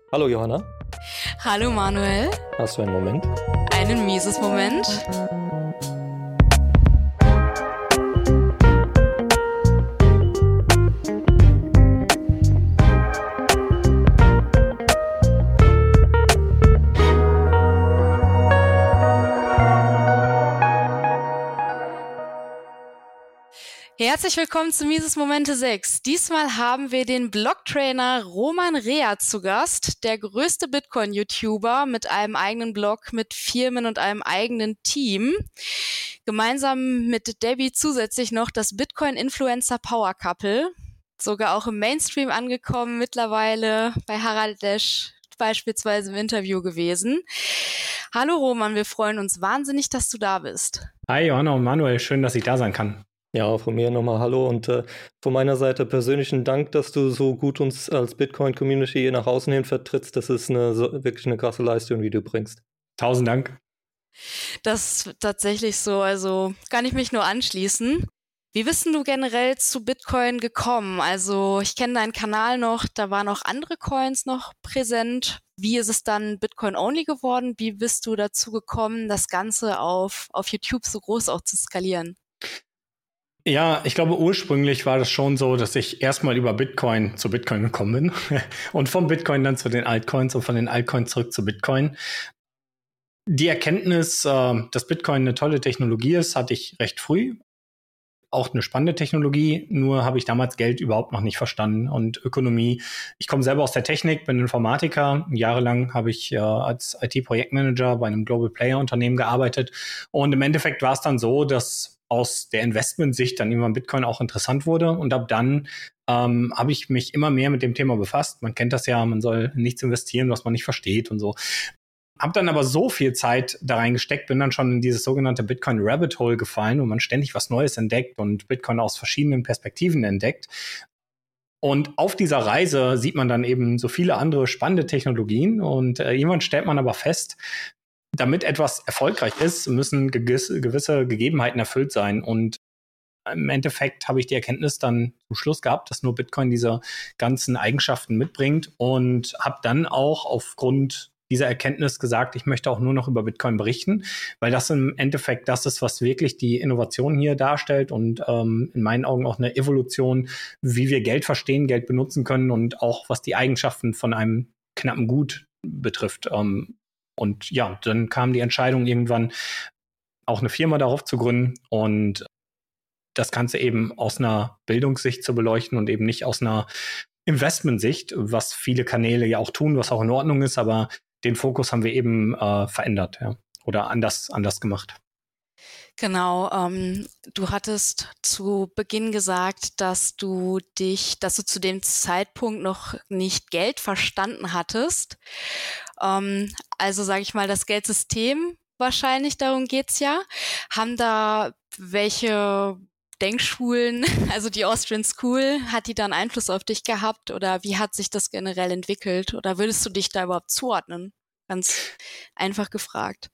Hallo Johanna, Hallo Manuel, hast du einen Moment? einen mieses Moment. Herzlich willkommen zu Mises Momente 6. Diesmal haben wir den Blogtrainer Roman Rea zu Gast, der größte Bitcoin-YouTuber mit einem eigenen Blog, mit Firmen und einem eigenen Team. Gemeinsam mit Debbie zusätzlich noch das Bitcoin-Influencer Power Couple. Sogar auch im Mainstream angekommen, mittlerweile bei Harald Lesch beispielsweise im Interview gewesen. Hallo Roman, wir freuen uns wahnsinnig, dass du da bist. Hi Johanna und Manuel, schön, dass ich da sein kann. Ja, von mir nochmal Hallo und von meiner Seite persönlichen Dank, dass du so gut uns als Bitcoin-Community hier nach außen hin vertrittst. Das ist wirklich eine krasse Leistung, die du bringst. 1000 Dank. Das ist tatsächlich so, also kann ich mich nur anschließen. Wie bist denn du generell zu Bitcoin gekommen? Also ich kenne deinen Kanal noch, da waren auch andere Coins noch präsent. Wie ist es dann Bitcoin-only geworden? Wie bist du dazu gekommen, das Ganze auf YouTube so groß auch zu skalieren? Ja, ich glaube, ursprünglich war das schon so, dass ich erstmal über Bitcoin zu Bitcoin gekommen bin und vom Bitcoin dann zu den Altcoins und von den Altcoins zurück zu Bitcoin. Die Erkenntnis, dass Bitcoin eine tolle Technologie ist, hatte ich recht früh. Auch eine spannende Technologie, nur habe ich damals Geld überhaupt noch nicht verstanden und Ökonomie. Ich komme selber aus der Technik, bin Informatiker. Jahrelang habe ich als IT-Projektmanager bei einem Global Player Unternehmen gearbeitet. Und im Endeffekt war es dann so, dass aus der Investmentsicht dann irgendwann Bitcoin auch interessant wurde. Und ab dann habe ich mich immer mehr mit dem Thema befasst. Man kennt das ja, man soll nichts investieren, was man nicht versteht und so. Hab dann aber so viel Zeit da reingesteckt, bin dann schon in dieses sogenannte Bitcoin Rabbit Hole gefallen, wo man ständig was Neues entdeckt und Bitcoin aus verschiedenen Perspektiven entdeckt. Und auf dieser Reise sieht man dann eben so viele andere spannende Technologien und irgendwann stellt man aber fest, damit etwas erfolgreich ist, müssen gewisse Gegebenheiten erfüllt sein. Und im Endeffekt habe ich die Erkenntnis dann zum Schluss gehabt, dass nur Bitcoin diese ganzen Eigenschaften mitbringt und habe dann auch aufgrund dieser Erkenntnis gesagt, ich möchte auch nur noch über Bitcoin berichten, weil das im Endeffekt das ist, was wirklich die Innovation hier darstellt und in meinen Augen auch eine Evolution, wie wir Geld verstehen, Geld benutzen können und auch was die Eigenschaften von einem knappen Gut betrifft. Und ja, dann kam die Entscheidung irgendwann, auch eine Firma darauf zu gründen und das Ganze eben aus einer Bildungssicht zu beleuchten und eben nicht aus einer Investmentsicht, was viele Kanäle ja auch tun, was auch in Ordnung ist, aber den Fokus haben wir eben verändert, ja, oder anders gemacht. Genau, du hattest zu Beginn gesagt, dass du zu dem Zeitpunkt noch nicht Geld verstanden hattest. Also sage ich mal, das Geldsystem wahrscheinlich, darum geht's ja. Haben da welche Denkschulen, also die Austrian School, hat die dann Einfluss auf dich gehabt oder wie hat sich das generell entwickelt? Oder würdest du dich da überhaupt zuordnen? Ganz einfach gefragt.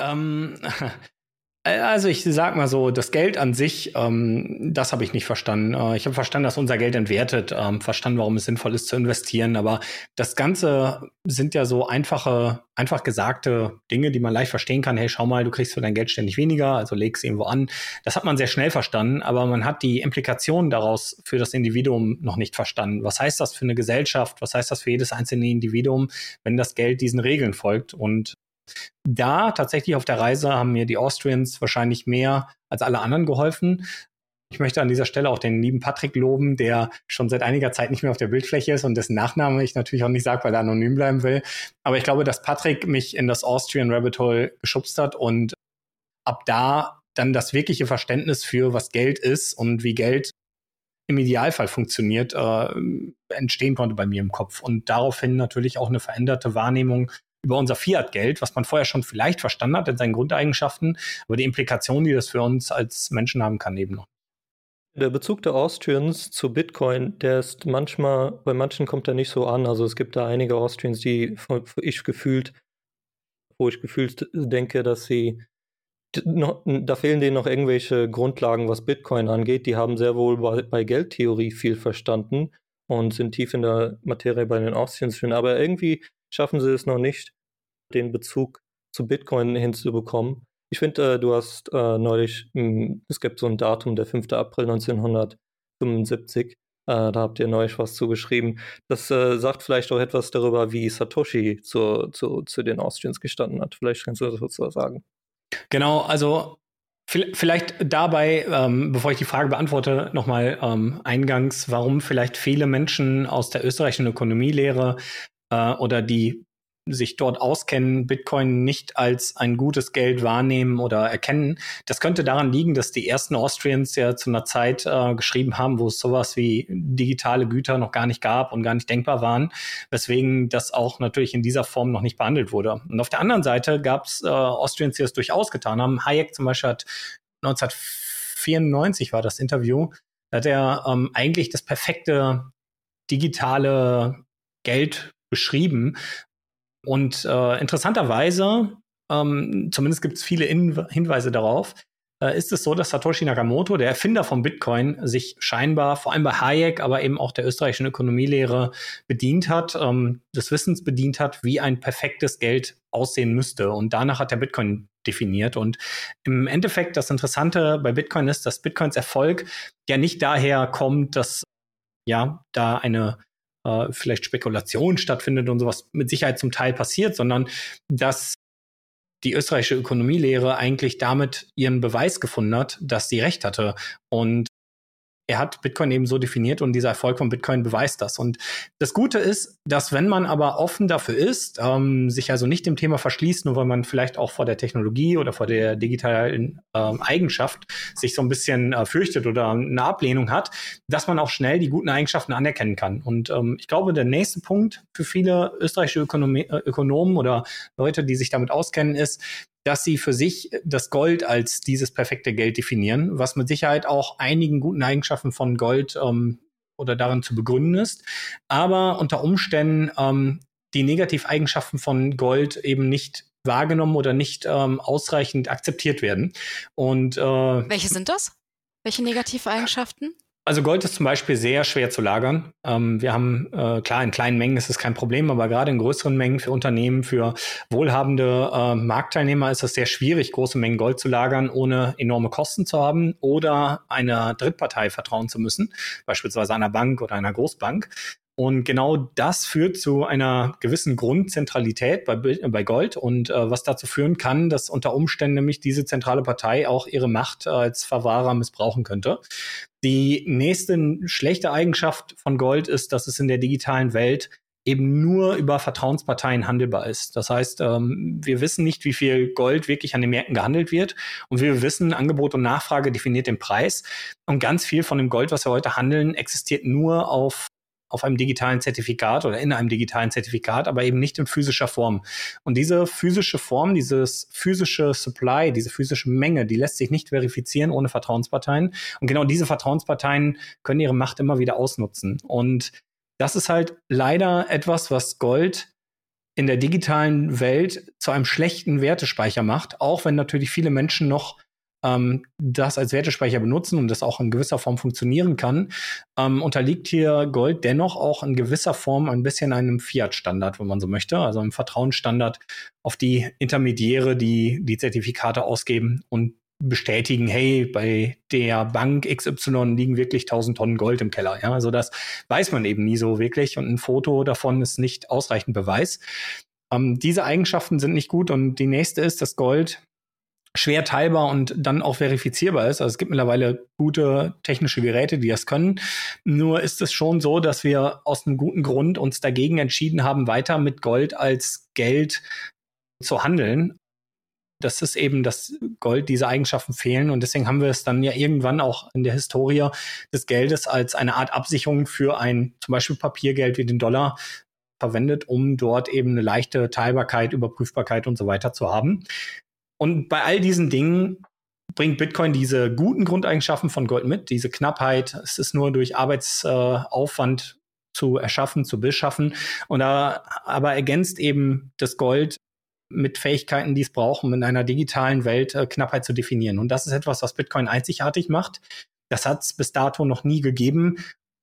Also ich sag mal so, das Geld an sich, das habe ich nicht verstanden. Ich habe verstanden, dass unser Geld entwertet, verstanden, warum es sinnvoll ist zu investieren. Aber das Ganze sind ja so einfach gesagte Dinge, die man leicht verstehen kann. Hey, schau mal, du kriegst für dein Geld ständig weniger, also leg's irgendwo an. Das hat man sehr schnell verstanden, aber man hat die Implikationen daraus für das Individuum noch nicht verstanden. Was heißt das für eine Gesellschaft? Was heißt das für jedes einzelne Individuum, wenn das Geld diesen Regeln folgt? Und da tatsächlich auf der Reise haben mir die Austrians wahrscheinlich mehr als alle anderen geholfen. Ich möchte an dieser Stelle auch den lieben Patrick loben, der schon seit einiger Zeit nicht mehr auf der Bildfläche ist und dessen Nachname ich natürlich auch nicht sage, weil er anonym bleiben will. Aber ich glaube, dass Patrick mich in das Austrian Rabbit Hole geschubst hat und ab da dann das wirkliche Verständnis für, was Geld ist und wie Geld im Idealfall funktioniert, entstehen konnte bei mir im Kopf. Und daraufhin natürlich auch eine veränderte Wahrnehmung über unser Fiat-Geld, was man vorher schon vielleicht verstanden hat in seinen Grundeigenschaften, aber die Implikationen, die das für uns als Menschen haben kann, eben noch. Der Bezug der Austrians zu Bitcoin, der ist manchmal, bei manchen kommt er nicht so an. Also es gibt da einige Austrians, wo ich gefühlt denke, dass da fehlen denen noch irgendwelche Grundlagen, was Bitcoin angeht. Die haben sehr wohl bei Geldtheorie viel verstanden und sind tief in der Materie bei den Austrians drin. Aber irgendwie schaffen sie es noch nicht, den Bezug zu Bitcoin hinzubekommen. Ich finde, du hast neulich, es gibt so ein Datum, der 5. April 1975, da habt ihr neulich was zugeschrieben. Das sagt vielleicht auch etwas darüber, wie Satoshi zu den Austrians gestanden hat. Vielleicht kannst du das dazu sagen. Genau, also vielleicht dabei, bevor ich die Frage beantworte, nochmal eingangs, warum vielleicht viele Menschen aus der österreichischen Ökonomielehre oder die sich dort auskennen, Bitcoin nicht als ein gutes Geld wahrnehmen oder erkennen. Das könnte daran liegen, dass die ersten Austrians ja zu einer Zeit geschrieben haben, wo es sowas wie digitale Güter noch gar nicht gab und gar nicht denkbar waren, weswegen das auch natürlich in dieser Form noch nicht behandelt wurde. Und auf der anderen Seite gab es Austrians, die es durchaus getan haben. Hayek zum Beispiel hat 1994 war das Interview, da hat er eigentlich das perfekte digitale Geld beschrieben. Und interessanterweise, zumindest gibt es viele Hinweise darauf, ist es so, dass Satoshi Nakamoto, der Erfinder von Bitcoin, sich scheinbar vor allem bei Hayek, aber eben auch der österreichischen Ökonomielehre bedient hat, des Wissens bedient hat, wie ein perfektes Geld aussehen müsste. Und danach hat er Bitcoin definiert. Und im Endeffekt das Interessante bei Bitcoin ist, dass Bitcoins Erfolg ja nicht daher kommt, dass ja da eine vielleicht Spekulation stattfindet und sowas mit Sicherheit zum Teil passiert, sondern dass die österreichische Ökonomielehre eigentlich damit ihren Beweis gefunden hat, dass sie recht hatte. Und er hat Bitcoin eben so definiert und dieser Erfolg von Bitcoin beweist das. Und das Gute ist, dass wenn man aber offen dafür ist, sich also nicht dem Thema verschließt, nur weil man vielleicht auch vor der Technologie oder vor der digitalen Eigenschaft sich so ein bisschen fürchtet oder eine Ablehnung hat, dass man auch schnell die guten Eigenschaften anerkennen kann. Und ich glaube, der nächste Punkt für viele österreichische Ökonomen oder Leute, die sich damit auskennen, ist, dass sie für sich das Gold als dieses perfekte Geld definieren, was mit Sicherheit auch einigen guten Eigenschaften von Gold oder darin zu begründen ist, aber unter Umständen die Negativeigenschaften von Gold eben nicht wahrgenommen oder nicht ausreichend akzeptiert werden. Und welche sind das? Welche Negativeigenschaften? Also Gold ist zum Beispiel sehr schwer zu lagern. Wir haben, klar, in kleinen Mengen ist es kein Problem, aber gerade in größeren Mengen für Unternehmen, für wohlhabende Marktteilnehmer ist es sehr schwierig, große Mengen Gold zu lagern, ohne enorme Kosten zu haben oder einer Drittpartei vertrauen zu müssen, beispielsweise einer Bank oder einer Großbank. Und genau das führt zu einer gewissen Grundzentralität bei Gold und was dazu führen kann, dass unter Umständen nämlich diese zentrale Partei auch ihre Macht als Verwahrer missbrauchen könnte. Die nächste schlechte Eigenschaft von Gold ist, dass es in der digitalen Welt eben nur über Vertrauensparteien handelbar ist. Das heißt, wir wissen nicht, wie viel Gold wirklich an den Märkten gehandelt wird. Und wir wissen, Angebot und Nachfrage definiert den Preis. Und ganz viel von dem Gold, was wir heute handeln, existiert nur auf einem digitalen Zertifikat oder in einem digitalen Zertifikat, aber eben nicht in physischer Form. Und diese physische Form, dieses physische Supply, diese physische Menge, die lässt sich nicht verifizieren ohne Vertrauensparteien. Und genau diese Vertrauensparteien können ihre Macht immer wieder ausnutzen. Und das ist halt leider etwas, was Gold in der digitalen Welt zu einem schlechten Wertespeicher macht, auch wenn natürlich viele Menschen noch das als Wertespeicher benutzen und das auch in gewisser Form funktionieren kann, unterliegt hier Gold dennoch auch in gewisser Form ein bisschen einem Fiat-Standard, wenn man so möchte, also einem Vertrauensstandard auf die Intermediäre, die die Zertifikate ausgeben und bestätigen, hey, bei der Bank XY liegen wirklich 1000 Tonnen Gold im Keller. Ja? Also das weiß man eben nie so wirklich und ein Foto davon ist nicht ausreichend Beweis. Diese Eigenschaften sind nicht gut und die nächste ist, dass Gold schwer teilbar und dann auch verifizierbar ist. Also es gibt mittlerweile gute technische Geräte, die das können. Nur ist es schon so, dass wir aus einem guten Grund uns dagegen entschieden haben, weiter mit Gold als Geld zu handeln. Das ist eben, dass Gold diese Eigenschaften fehlen und deswegen haben wir es dann ja irgendwann auch in der Historie des Geldes als eine Art Absicherung für ein zum Beispiel Papiergeld wie den Dollar verwendet, um dort eben eine leichte Teilbarkeit, Überprüfbarkeit und so weiter zu haben. Und bei all diesen Dingen bringt Bitcoin diese guten Grundeigenschaften von Gold mit, diese Knappheit. Es ist nur durch Arbeitsaufwand zu erschaffen, zu beschaffen. Und aber ergänzt eben das Gold mit Fähigkeiten, die es braucht, um in einer digitalen Welt Knappheit zu definieren. Und das ist etwas, was Bitcoin einzigartig macht. Das hat es bis dato noch nie gegeben.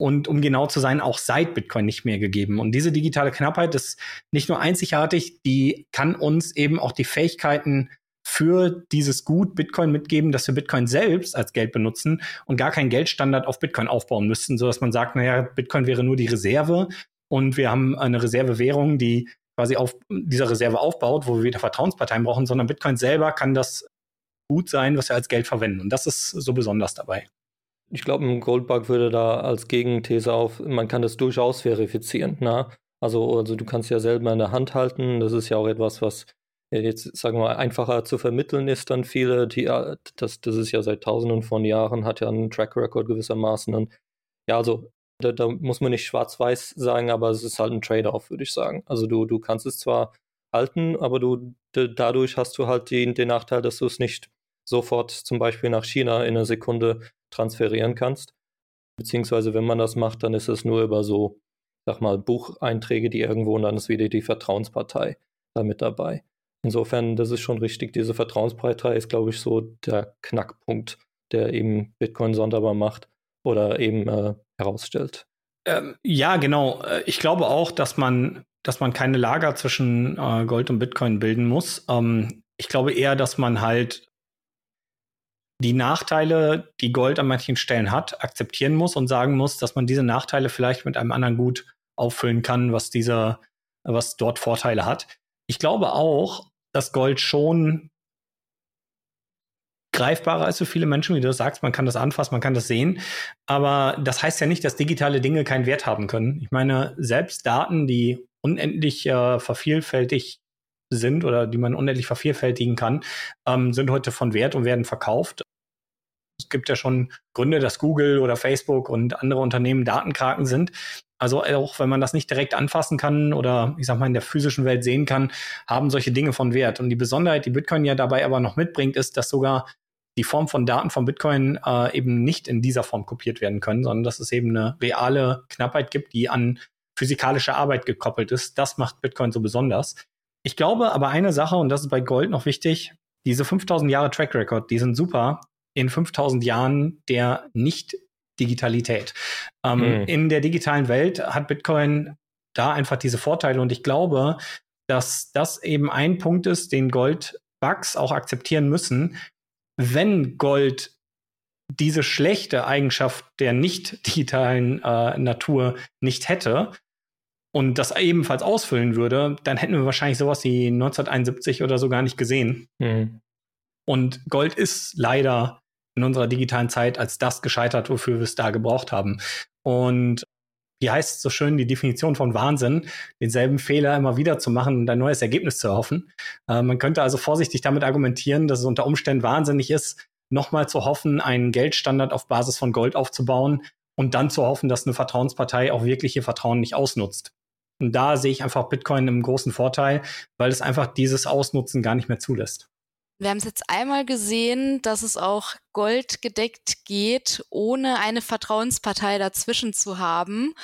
und um genau zu sein, auch seit Bitcoin nicht mehr gegeben. Und diese digitale Knappheit ist nicht nur einzigartig, die kann uns eben auch die Fähigkeiten für dieses Gut Bitcoin mitgeben, dass wir Bitcoin selbst als Geld benutzen und gar keinen Geldstandard auf Bitcoin aufbauen müssten, sodass man sagt, naja, Bitcoin wäre nur die Reserve und wir haben eine Reservewährung, die quasi auf dieser Reserve aufbaut, wo wir wieder Vertrauensparteien brauchen, sondern Bitcoin selber kann das Gut sein, was wir als Geld verwenden. Und das ist so besonders dabei. Ich glaube, ein Goldbug würde da als Gegenthese auf, man kann das durchaus verifizieren. Ne? Also du kannst ja selber in der Hand halten. Das ist ja auch etwas, was jetzt, sagen wir mal, einfacher zu vermitteln ist dann viele. Das ist ja seit Tausenden von Jahren, hat ja einen Track Record gewissermaßen. Und ja, also da muss man nicht schwarz-weiß sagen, aber es ist halt ein Trade-off, würde ich sagen. Also du kannst es zwar halten, aber dadurch hast du halt den Nachteil, dass du es nicht sofort zum Beispiel nach China in einer Sekunde transferieren kannst. Beziehungsweise, wenn man das macht, dann ist es nur über so, sag mal, Bucheinträge, die irgendwo und dann ist wieder die Vertrauenspartei da mit dabei. Insofern, das ist schon richtig. Diese Vertrauenspartei ist, glaube ich, so der Knackpunkt, der eben Bitcoin sonderbar macht oder eben herausstellt. Ja, genau. Ich glaube auch, dass man keine Lager zwischen Gold und Bitcoin bilden muss. Ich glaube eher, dass man halt die Nachteile, die Gold an manchen Stellen hat, akzeptieren muss und sagen muss, dass man diese Nachteile vielleicht mit einem anderen Gut auffüllen kann, was dort Vorteile hat. Ich glaube auch, dass Gold schon greifbarer ist für viele Menschen, wie du sagst. Man kann das anfassen, man kann das sehen. Aber das heißt ja nicht, dass digitale Dinge keinen Wert haben können. Ich meine, selbst Daten, die unendlich vervielfältigt sind oder die man unendlich vervielfältigen kann, sind heute von Wert und werden verkauft. Es gibt ja schon Gründe, dass Google oder Facebook und andere Unternehmen Datenkraken sind. Also auch wenn man das nicht direkt anfassen kann oder ich sag mal in der physischen Welt sehen kann, haben solche Dinge von Wert. Und die Besonderheit, die Bitcoin ja dabei aber noch mitbringt, ist, dass sogar die Form von Daten von Bitcoin eben nicht in dieser Form kopiert werden können, sondern dass es eben eine reale Knappheit gibt, die an physikalische Arbeit gekoppelt ist. Das macht Bitcoin so besonders. Ich glaube aber eine Sache, und das ist bei Gold noch wichtig, diese 5000 Jahre Track Record, die sind super in 5000 Jahren der Nicht-Digitalität. In der digitalen Welt hat Bitcoin da einfach diese Vorteile und ich glaube, dass das eben ein Punkt ist, den Gold-Bugs auch akzeptieren müssen. Wenn Gold diese schlechte Eigenschaft der nicht-digitalen Natur nicht hätte und das ebenfalls ausfüllen würde, dann hätten wir wahrscheinlich sowas wie 1971 oder so gar nicht gesehen. Und Gold ist leider in unserer digitalen Zeit als das gescheitert, wofür wir es da gebraucht haben. Und wie heißt es so schön, die Definition von Wahnsinn, denselben Fehler immer wieder zu machen und ein neues Ergebnis zu erhoffen. Man könnte also vorsichtig damit argumentieren, dass es unter Umständen wahnsinnig ist, nochmal zu hoffen, einen Geldstandard auf Basis von Gold aufzubauen und dann zu hoffen, dass eine Vertrauenspartei auch wirklich ihr Vertrauen nicht ausnutzt. Und da sehe ich einfach Bitcoin im großen Vorteil, weil es einfach dieses Ausnutzen gar nicht mehr zulässt. Wir haben es jetzt einmal gesehen, dass es auch goldgedeckt geht, ohne eine Vertrauenspartei dazwischen zu haben.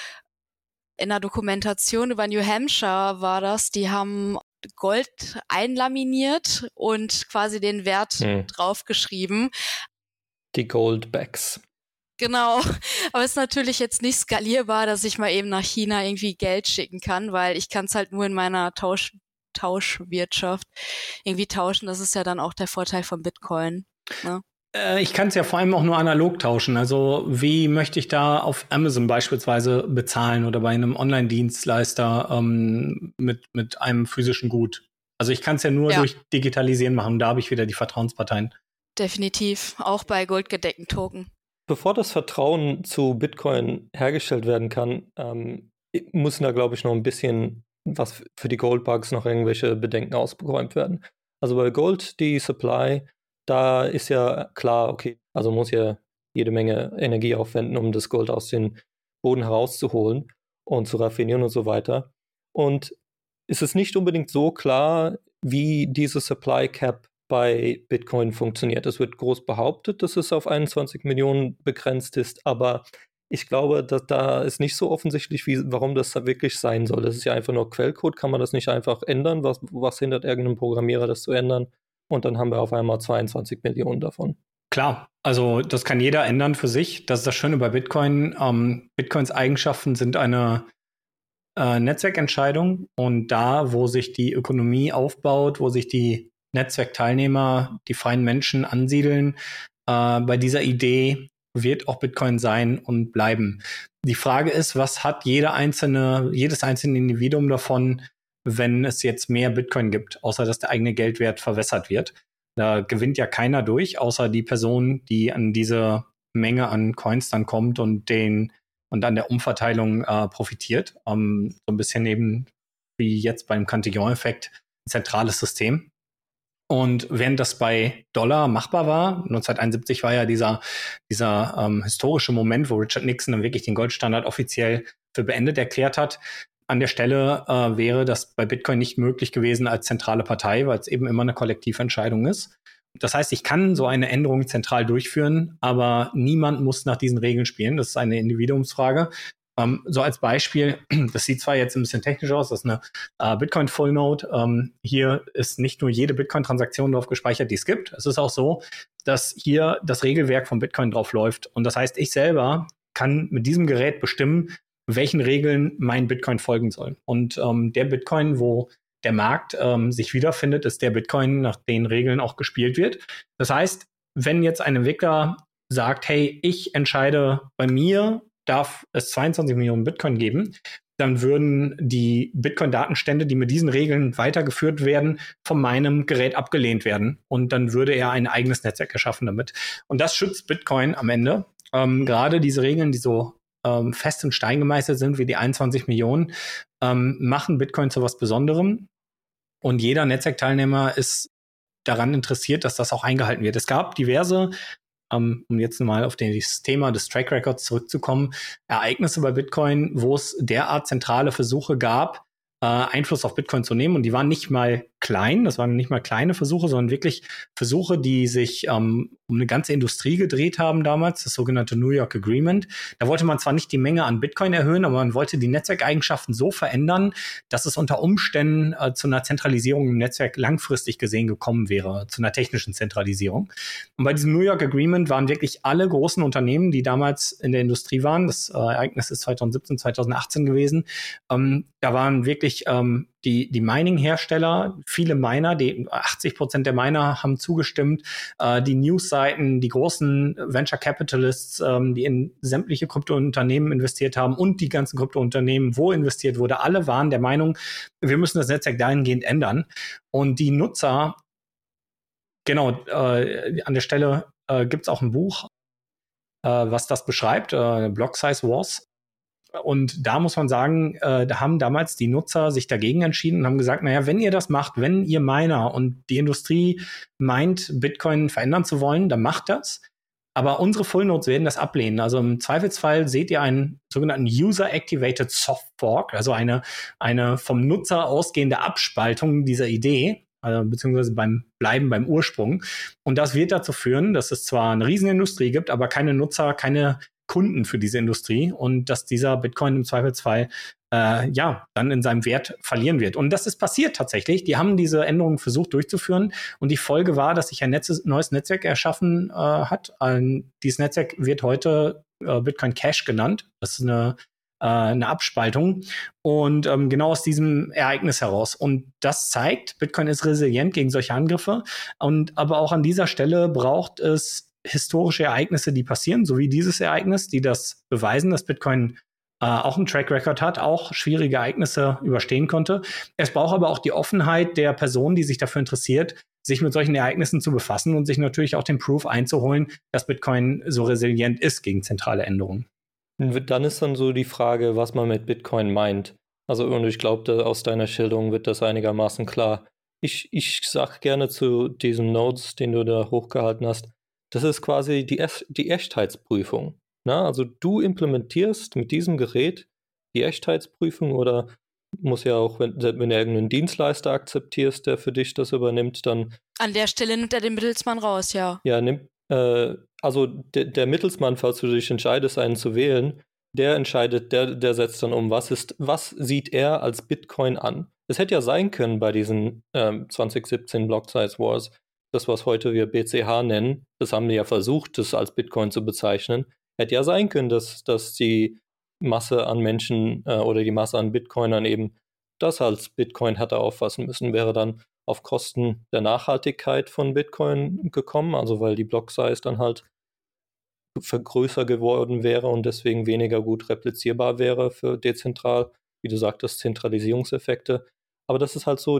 In der Dokumentation über New Hampshire war das, die haben Gold einlaminiert und quasi den Wert draufgeschrieben. Die Goldbacks. Genau, aber es ist natürlich jetzt nicht skalierbar, dass ich mal eben nach China irgendwie Geld schicken kann, weil ich kann es halt nur in meiner Tauschwirtschaft irgendwie tauschen. Das ist ja dann auch der Vorteil von Bitcoin. Ne? Ich kann es ja vor allem auch nur analog tauschen. Also wie möchte ich da auf Amazon beispielsweise bezahlen oder bei einem Online-Dienstleister mit einem physischen Gut? Also ich kann es ja nur durch Digitalisieren machen. Da habe ich wieder die Vertrauensparteien. Definitiv, auch bei goldgedeckten Token. Bevor das Vertrauen zu Bitcoin hergestellt werden kann, müssen da, glaube ich, noch ein bisschen was für die Goldbugs noch irgendwelche Bedenken ausgeräumt werden. Also bei Gold, die Supply, da ist ja klar, okay, also muss ja jede Menge Energie aufwenden, um das Gold aus dem Boden herauszuholen und zu raffinieren und so weiter. Und es ist nicht unbedingt so klar, wie diese Supply Cap bei Bitcoin funktioniert. Es wird groß behauptet, dass es auf 21 Millionen begrenzt ist, aber ich glaube, dass da ist nicht so offensichtlich, warum das wirklich sein soll. Das ist ja einfach nur Quellcode, kann man das nicht einfach ändern? Was hindert irgendeinen Programmierer, das zu ändern? Und dann haben wir auf einmal 22 Millionen davon. Klar, also das kann jeder ändern für sich. Das ist das Schöne bei Bitcoin. Bitcoins Eigenschaften sind eine Netzwerkentscheidung, und da, wo sich die Ökonomie aufbaut, wo sich die Netzwerkteilnehmer, die freien Menschen ansiedeln, bei dieser Idee wird auch Bitcoin sein und bleiben. Die Frage ist, was hat jedes einzelne Individuum davon, wenn es jetzt mehr Bitcoin gibt, außer dass der eigene Geldwert verwässert wird? Da gewinnt ja keiner durch, außer die Person, die an diese Menge an Coins dann kommt und an der Umverteilung profitiert. So ein bisschen eben wie jetzt beim Cantillon-Effekt ein zentrales System. Und während das bei Dollar machbar war, 1971 war ja dieser historische Moment, wo Richard Nixon dann wirklich den Goldstandard offiziell für beendet erklärt hat. An der Stelle wäre das bei Bitcoin nicht möglich gewesen als zentrale Partei, weil es eben immer eine Kollektiventscheidung ist. Das heißt, ich kann so eine Änderung zentral durchführen, aber niemand muss nach diesen Regeln spielen. Das ist eine Individuumsfrage. So als Beispiel, das sieht zwar jetzt ein bisschen technisch aus, das ist eine Bitcoin Full Node. Hier ist nicht nur jede Bitcoin-Transaktion drauf gespeichert, die es gibt. Es ist auch so, dass hier das Regelwerk von Bitcoin drauf läuft. Und das heißt, ich selber kann mit diesem Gerät bestimmen, welchen Regeln mein Bitcoin folgen soll. Und der Bitcoin, wo der Markt sich wiederfindet, ist der Bitcoin, nach den Regeln auch gespielt wird. Das heißt, wenn jetzt ein Entwickler sagt, hey, ich entscheide, bei mir darf es 22 Millionen Bitcoin geben, dann würden die Bitcoin-Datenstände, die mit diesen Regeln weitergeführt werden, von meinem Gerät abgelehnt werden. Und dann würde er ein eigenes Netzwerk erschaffen damit. Und das schützt Bitcoin am Ende. Gerade diese Regeln, die so fest in Stein gemeißelt sind, wie die 21 Millionen, machen Bitcoin zu was Besonderem. Und jeder Netzwerkteilnehmer ist daran interessiert, dass das auch eingehalten wird. Es gab diverse, um jetzt mal auf das Thema des Track Records zurückzukommen, Ereignisse bei Bitcoin, wo es derart zentrale Versuche gab, Einfluss auf Bitcoin zu nehmen. Und die waren nicht mal klein, das waren nicht mal kleine Versuche, sondern wirklich Versuche, die sich um eine ganze Industrie gedreht haben damals, das sogenannte New York Agreement. Da wollte man zwar nicht die Menge an Bitcoin erhöhen, aber man wollte die Netzwerkeigenschaften so verändern, dass es unter Umständen zu einer Zentralisierung im Netzwerk langfristig gesehen gekommen wäre, zu einer technischen Zentralisierung. Und bei diesem New York Agreement waren wirklich alle großen Unternehmen, die damals in der Industrie waren, das Ereignis ist 2017, 2018 gewesen, da waren wirklich die Mining-Hersteller, viele Miner, 80% der Miner haben zugestimmt, die Newsseiten, die großen Venture Capitalists, die in sämtliche Kryptounternehmen investiert haben und die ganzen Kryptounternehmen, wo investiert wurde, alle waren der Meinung, wir müssen das Netzwerk dahingehend ändern. Und die Nutzer, genau, an der Stelle gibt es auch ein Buch, was das beschreibt, Block Size Wars. Und da muss man sagen, da haben damals die Nutzer sich dagegen entschieden und haben gesagt, naja, wenn ihr das macht, wenn ihr Miner und die Industrie meint, Bitcoin verändern zu wollen, dann macht das. Aber unsere Full Nodes werden das ablehnen. Also im Zweifelsfall seht ihr einen sogenannten User-Activated Soft Fork, also eine vom Nutzer ausgehende Abspaltung dieser Idee, beziehungsweise Bleiben beim Ursprung. Und das wird dazu führen, dass es zwar eine Riesenindustrie gibt, aber keine Nutzer, keine Kunden für diese Industrie und dass dieser Bitcoin im Zweifelsfall dann in seinem Wert verlieren wird. Und das ist passiert tatsächlich. Die haben diese Änderungen versucht durchzuführen und die Folge war, dass sich ein neues Netzwerk erschaffen hat. Dieses Netzwerk wird heute Bitcoin Cash genannt. Das ist eine Abspaltung und genau aus diesem Ereignis heraus. Und das zeigt, Bitcoin ist resilient gegen solche Angriffe. Aber auch an dieser Stelle braucht es historische Ereignisse, die passieren, so wie dieses Ereignis, die das beweisen, dass Bitcoin auch einen Track Record hat, auch schwierige Ereignisse überstehen konnte. Es braucht aber auch die Offenheit der Person, die sich dafür interessiert, sich mit solchen Ereignissen zu befassen und sich natürlich auch den Proof einzuholen, dass Bitcoin so resilient ist gegen zentrale Änderungen. Dann ist dann so die Frage, was man mit Bitcoin meint. Also, und ich glaube, aus deiner Schilderung wird das einigermaßen klar. Ich sag gerne zu diesen Nodes, den du da hochgehalten hast, das ist quasi die Echtheitsprüfung. Na, also du implementierst mit diesem Gerät die Echtheitsprüfung oder muss ja auch, wenn du irgendeinen Dienstleister akzeptierst, der für dich das übernimmt, dann... An der Stelle nimmt er den Mittelsmann raus, ja. Ja, also der Mittelsmann, falls du dich entscheidest, einen zu wählen, der entscheidet, der setzt dann um, was sieht er als Bitcoin an. Es hätte ja sein können bei diesen 2017 Block Size Wars, das, was heute wir BCH nennen, das haben die ja versucht, das als Bitcoin zu bezeichnen, hätte ja sein können, dass die Masse an Menschen oder die Masse an Bitcoinern eben das als Bitcoin hätte auffassen müssen, wäre dann auf Kosten der Nachhaltigkeit von Bitcoin gekommen, also weil die Block-Size dann halt größer geworden wäre und deswegen weniger gut replizierbar wäre für dezentral, wie du sagtest, Zentralisierungseffekte. Aber das ist halt so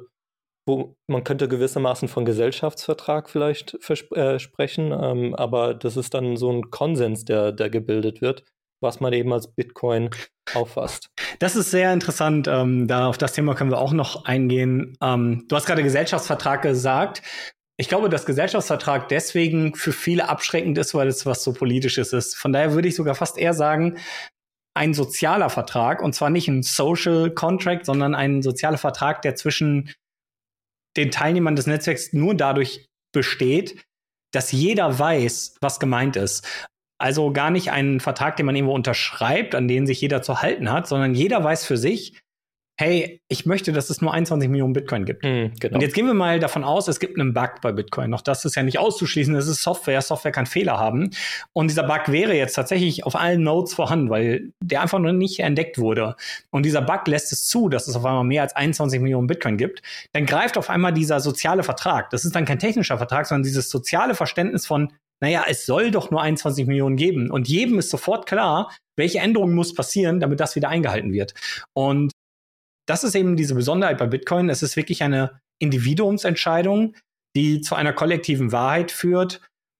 wo man könnte gewissermaßen von Gesellschaftsvertrag vielleicht sprechen, aber das ist dann so ein Konsens, der gebildet wird, was man eben als Bitcoin auffasst. Das ist sehr interessant. Auf das Thema können wir auch noch eingehen. Du hast gerade Gesellschaftsvertrag gesagt. Ich glaube, dass Gesellschaftsvertrag deswegen für viele abschreckend ist, weil es was so Politisches ist. Von daher würde ich sogar fast eher sagen, ein sozialer Vertrag, und zwar nicht ein Social Contract, sondern ein sozialer Vertrag, der zwischen den Teilnehmern des Netzwerks nur dadurch besteht, dass jeder weiß, was gemeint ist. Also gar nicht einen Vertrag, den man irgendwo unterschreibt, an den sich jeder zu halten hat, sondern jeder weiß für sich, hey, ich möchte, dass es nur 21 Millionen Bitcoin gibt. Genau. Und jetzt gehen wir mal davon aus, es gibt einen Bug bei Bitcoin. Noch das ist ja nicht auszuschließen, es ist Software. Software kann Fehler haben. Und dieser Bug wäre jetzt tatsächlich auf allen Nodes vorhanden, weil der einfach noch nicht entdeckt wurde. Und dieser Bug lässt es zu, dass es auf einmal mehr als 21 Millionen Bitcoin gibt. Dann greift auf einmal dieser soziale Vertrag. Das ist dann kein technischer Vertrag, sondern dieses soziale Verständnis von, naja, es soll doch nur 21 Millionen geben. Und jedem ist sofort klar, welche Änderungen muss passieren, damit das wieder eingehalten wird. Und das ist eben diese Besonderheit bei Bitcoin. Es ist wirklich eine Individuumsentscheidung, die zu einer kollektiven Wahrheit führt,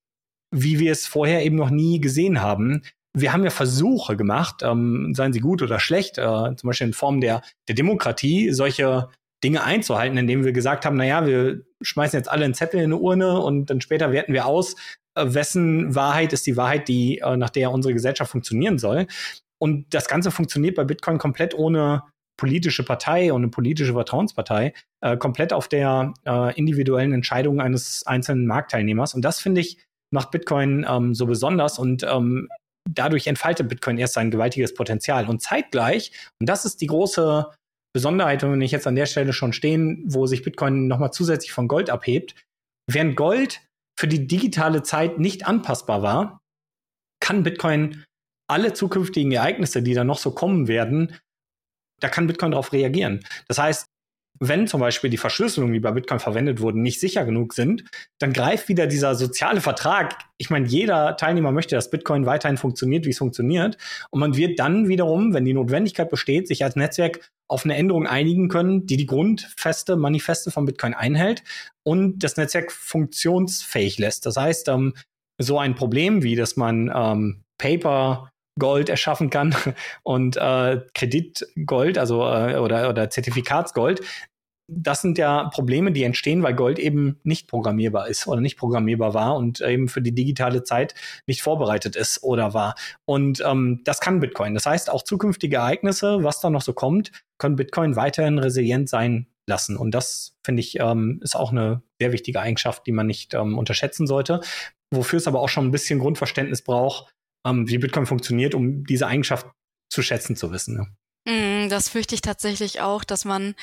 wie wir es vorher eben noch nie gesehen haben. Wir haben ja Versuche gemacht, seien sie gut oder schlecht, zum Beispiel in Form der Demokratie, solche Dinge einzuhalten, indem wir gesagt haben, naja, wir schmeißen jetzt alle einen Zettel in eine Urne und dann später werten wir aus, wessen Wahrheit ist die Wahrheit, nach der unsere Gesellschaft funktionieren soll. Und das Ganze funktioniert bei Bitcoin komplett ohne politische Partei und eine politische Vertrauenspartei, komplett auf der individuellen Entscheidung eines einzelnen Marktteilnehmers. Und das, finde ich, macht Bitcoin so besonders und dadurch entfaltet Bitcoin erst sein gewaltiges Potenzial. Und zeitgleich, und das ist die große Besonderheit, wenn wir jetzt an der Stelle schon stehen, wo sich Bitcoin nochmal zusätzlich von Gold abhebt, während Gold für die digitale Zeit nicht anpassbar war, kann Bitcoin alle zukünftigen Ereignisse, die da noch so kommen werden, da kann Bitcoin darauf reagieren. Das heißt, wenn zum Beispiel die Verschlüsselungen, die bei Bitcoin verwendet wurden, nicht sicher genug sind, dann greift wieder dieser soziale Vertrag. Ich meine, jeder Teilnehmer möchte, dass Bitcoin weiterhin funktioniert, wie es funktioniert. Und man wird dann wiederum, wenn die Notwendigkeit besteht, sich als Netzwerk auf eine Änderung einigen können, die Grundfeste, Manifeste von Bitcoin einhält und das Netzwerk funktionsfähig lässt. Das heißt, so ein Problem wie, dass man Paper Gold erschaffen kann und Kreditgold, also oder Zertifikatsgold. Das sind ja Probleme, die entstehen, weil Gold eben nicht programmierbar ist oder nicht programmierbar war und eben für die digitale Zeit nicht vorbereitet ist oder war. Und das kann Bitcoin. Das heißt, auch zukünftige Ereignisse, was da noch so kommt, können Bitcoin weiterhin resilient sein lassen. Und das, finde ich, ist auch eine sehr wichtige Eigenschaft, die man nicht unterschätzen sollte. Wofür es aber auch schon ein bisschen Grundverständnis braucht, wie Bitcoin funktioniert, um diese Eigenschaft zu schätzen zu wissen. Ja. Das fürchte ich tatsächlich auch, dass man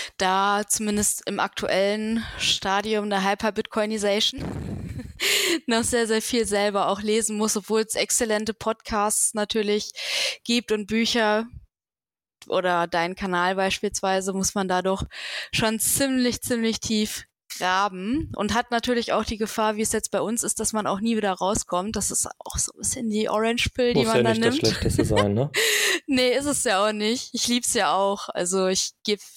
da zumindest im aktuellen Stadium der Hyper-Bitcoinization noch sehr, sehr viel selber auch lesen muss, obwohl es exzellente Podcasts natürlich gibt und Bücher oder deinen Kanal beispielsweise, muss man da doch schon ziemlich tief graben und hat natürlich auch die Gefahr, wie es jetzt bei uns ist, dass man auch nie wieder rauskommt. Das ist auch so ein bisschen die Orange Pill, die man dann nimmt. Muss ja nicht das Schlechteste sein, ne? Nee, ist es ja auch nicht. Ich lieb's ja auch. Also ich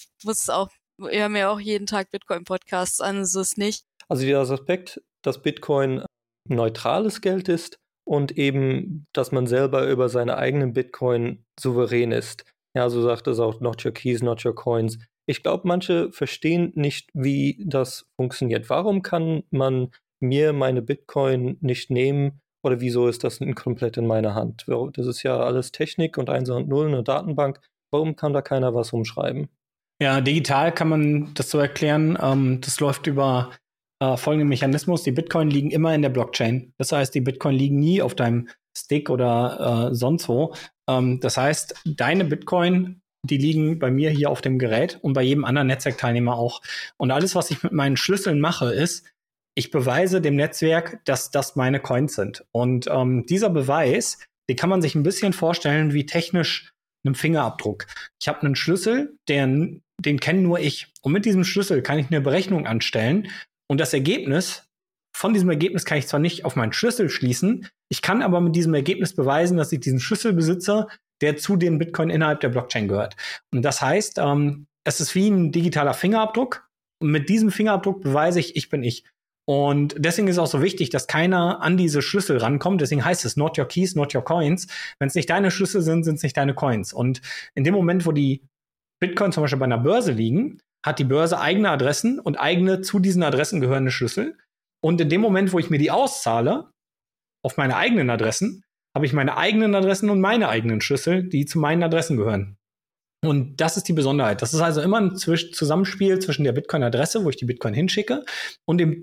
höre mir auch jeden Tag Bitcoin-Podcasts an, so ist nicht. Also dieser Aspekt, dass Bitcoin neutrales Geld ist und eben, dass man selber über seine eigenen Bitcoin souverän ist. Ja, so sagt es auch, not your keys, not your coins. Ich glaube, manche verstehen nicht, wie das funktioniert. Warum kann man mir meine Bitcoin nicht nehmen oder wieso ist das komplett in meiner Hand? Das ist ja alles Technik und 1 und 0, eine Datenbank. Warum kann da keiner was umschreiben? Ja, digital kann man das so erklären. Das läuft über folgenden Mechanismus. Die Bitcoin liegen immer in der Blockchain. Das heißt, die Bitcoin liegen nie auf deinem Stick oder sonst wo. Das heißt, deine Bitcoin, die liegen bei mir hier auf dem Gerät und bei jedem anderen Netzwerkteilnehmer auch. Und alles, was ich mit meinen Schlüsseln mache, ist, ich beweise dem Netzwerk, dass das meine Coins sind. Und dieser Beweis, den kann man sich ein bisschen vorstellen wie technisch einem Fingerabdruck. Ich habe einen Schlüssel, den kenne nur ich. Und mit diesem Schlüssel kann ich eine Berechnung anstellen. Und das Ergebnis, von diesem Ergebnis kann ich zwar nicht auf meinen Schlüssel schließen, ich kann aber mit diesem Ergebnis beweisen, dass ich diesen Schlüssel besitze, der zu dem Bitcoin innerhalb der Blockchain gehört. Und das heißt, es ist wie ein digitaler Fingerabdruck. Und mit diesem Fingerabdruck beweise ich bin ich. Und deswegen ist es auch so wichtig, dass keiner an diese Schlüssel rankommt. Deswegen heißt es not your keys, not your coins. Wenn es nicht deine Schlüssel sind, sind es nicht deine Coins. Und in dem Moment, wo die Bitcoin zum Beispiel bei einer Börse liegen, hat die Börse eigene Adressen und eigene zu diesen Adressen gehörende Schlüssel. Und in dem Moment, wo ich mir die auszahle, auf meine eigenen Adressen, habe ich meine eigenen Adressen und meine eigenen Schlüssel, die zu meinen Adressen gehören. Und das ist die Besonderheit. Das ist also immer ein Zusammenspiel zwischen der Bitcoin-Adresse, wo ich die Bitcoin hinschicke, und dem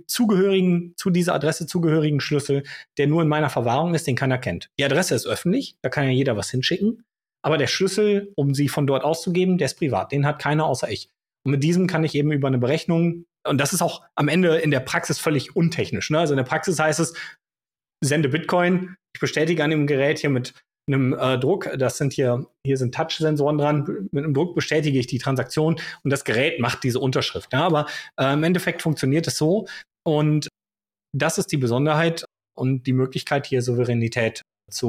zu dieser Adresse zugehörigen Schlüssel, der nur in meiner Verwahrung ist, den keiner kennt. Die Adresse ist öffentlich, da kann ja jeder was hinschicken, aber der Schlüssel, um sie von dort auszugeben, der ist privat. Den hat keiner außer ich. Und mit diesem kann ich eben über eine Berechnung, und das ist auch am Ende in der Praxis völlig untechnisch, ne? Also in der Praxis heißt es, sende Bitcoin, ich bestätige an dem Gerät hier mit einem Druck, das sind hier sind Touch-Sensoren dran, mit einem Druck bestätige ich die Transaktion und das Gerät macht diese Unterschrift. Ja, aber im Endeffekt funktioniert es so, und das ist die Besonderheit und die Möglichkeit, hier Souveränität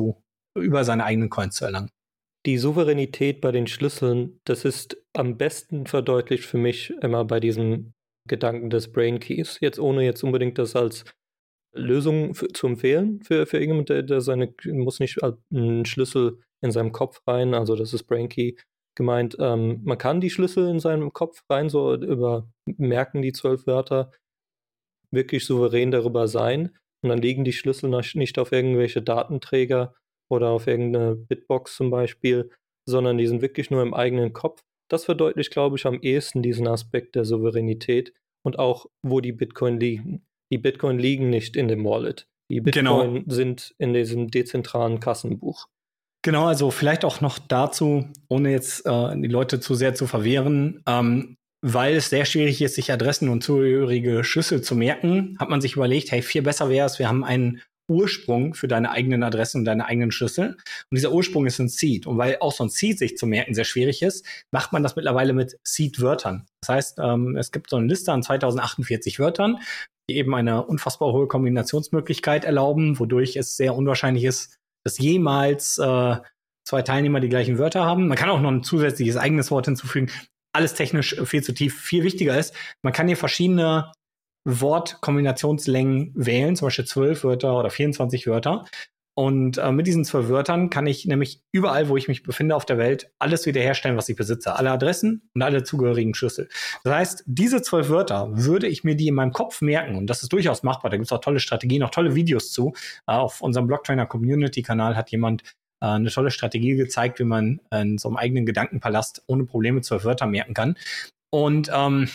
über seine eigenen Coins zu erlangen. Die Souveränität bei den Schlüsseln, das ist am besten verdeutlicht für mich immer bei diesem Gedanken des Brain Keys. Jetzt ohne jetzt unbedingt das als Lösung zu empfehlen für irgendjemand, der muss nicht einen Schlüssel in seinem Kopf rein, also das ist Brain Key gemeint. Man kann die Schlüssel in seinem Kopf rein, so merken die 12 Wörter, wirklich souverän darüber sein, und dann liegen die Schlüssel nicht auf irgendwelche Datenträger oder auf irgendeine Bitbox zum Beispiel, sondern die sind wirklich nur im eigenen Kopf. Das verdeutlicht, glaube ich, am ehesten diesen Aspekt der Souveränität und auch, wo die Bitcoin liegen. Die Bitcoin liegen nicht in dem Wallet. Die Bitcoin sind in diesem dezentralen Kassenbuch. Genau, also vielleicht auch noch dazu, ohne jetzt die Leute zu sehr zu verwehren, weil es sehr schwierig ist, sich Adressen und zugehörige Schlüssel zu merken, hat man sich überlegt, hey, viel besser wäre es, wir haben einen Ursprung für deine eigenen Adressen und deine eigenen Schlüssel. Und dieser Ursprung ist ein Seed. Und weil auch so ein Seed sich zu merken sehr schwierig ist, macht man das mittlerweile mit Seed-Wörtern. Das heißt, es gibt so eine Liste an 2048 Wörtern, die eben eine unfassbar hohe Kombinationsmöglichkeit erlauben, wodurch es sehr unwahrscheinlich ist, dass jemals zwei Teilnehmer die gleichen Wörter haben. Man kann auch noch ein zusätzliches eigenes Wort hinzufügen. Alles technisch viel zu tief. Viel wichtiger ist, man kann hier verschiedene Wortkombinationslängen wählen, zum Beispiel 12 Wörter oder 24 Wörter. Und mit diesen 12 Wörtern kann ich nämlich überall, wo ich mich befinde auf der Welt, alles wiederherstellen, was ich besitze. Alle Adressen und alle zugehörigen Schlüssel. Das heißt, diese 12 Wörter würde ich mir die in meinem Kopf merken. Und das ist durchaus machbar. Da gibt es auch tolle Strategien, auch tolle Videos zu. Auf unserem Blocktrainer Community-Kanal hat jemand eine tolle Strategie gezeigt, wie man in so einem eigenen Gedankenpalast ohne Probleme 12 Wörter merken kann. Und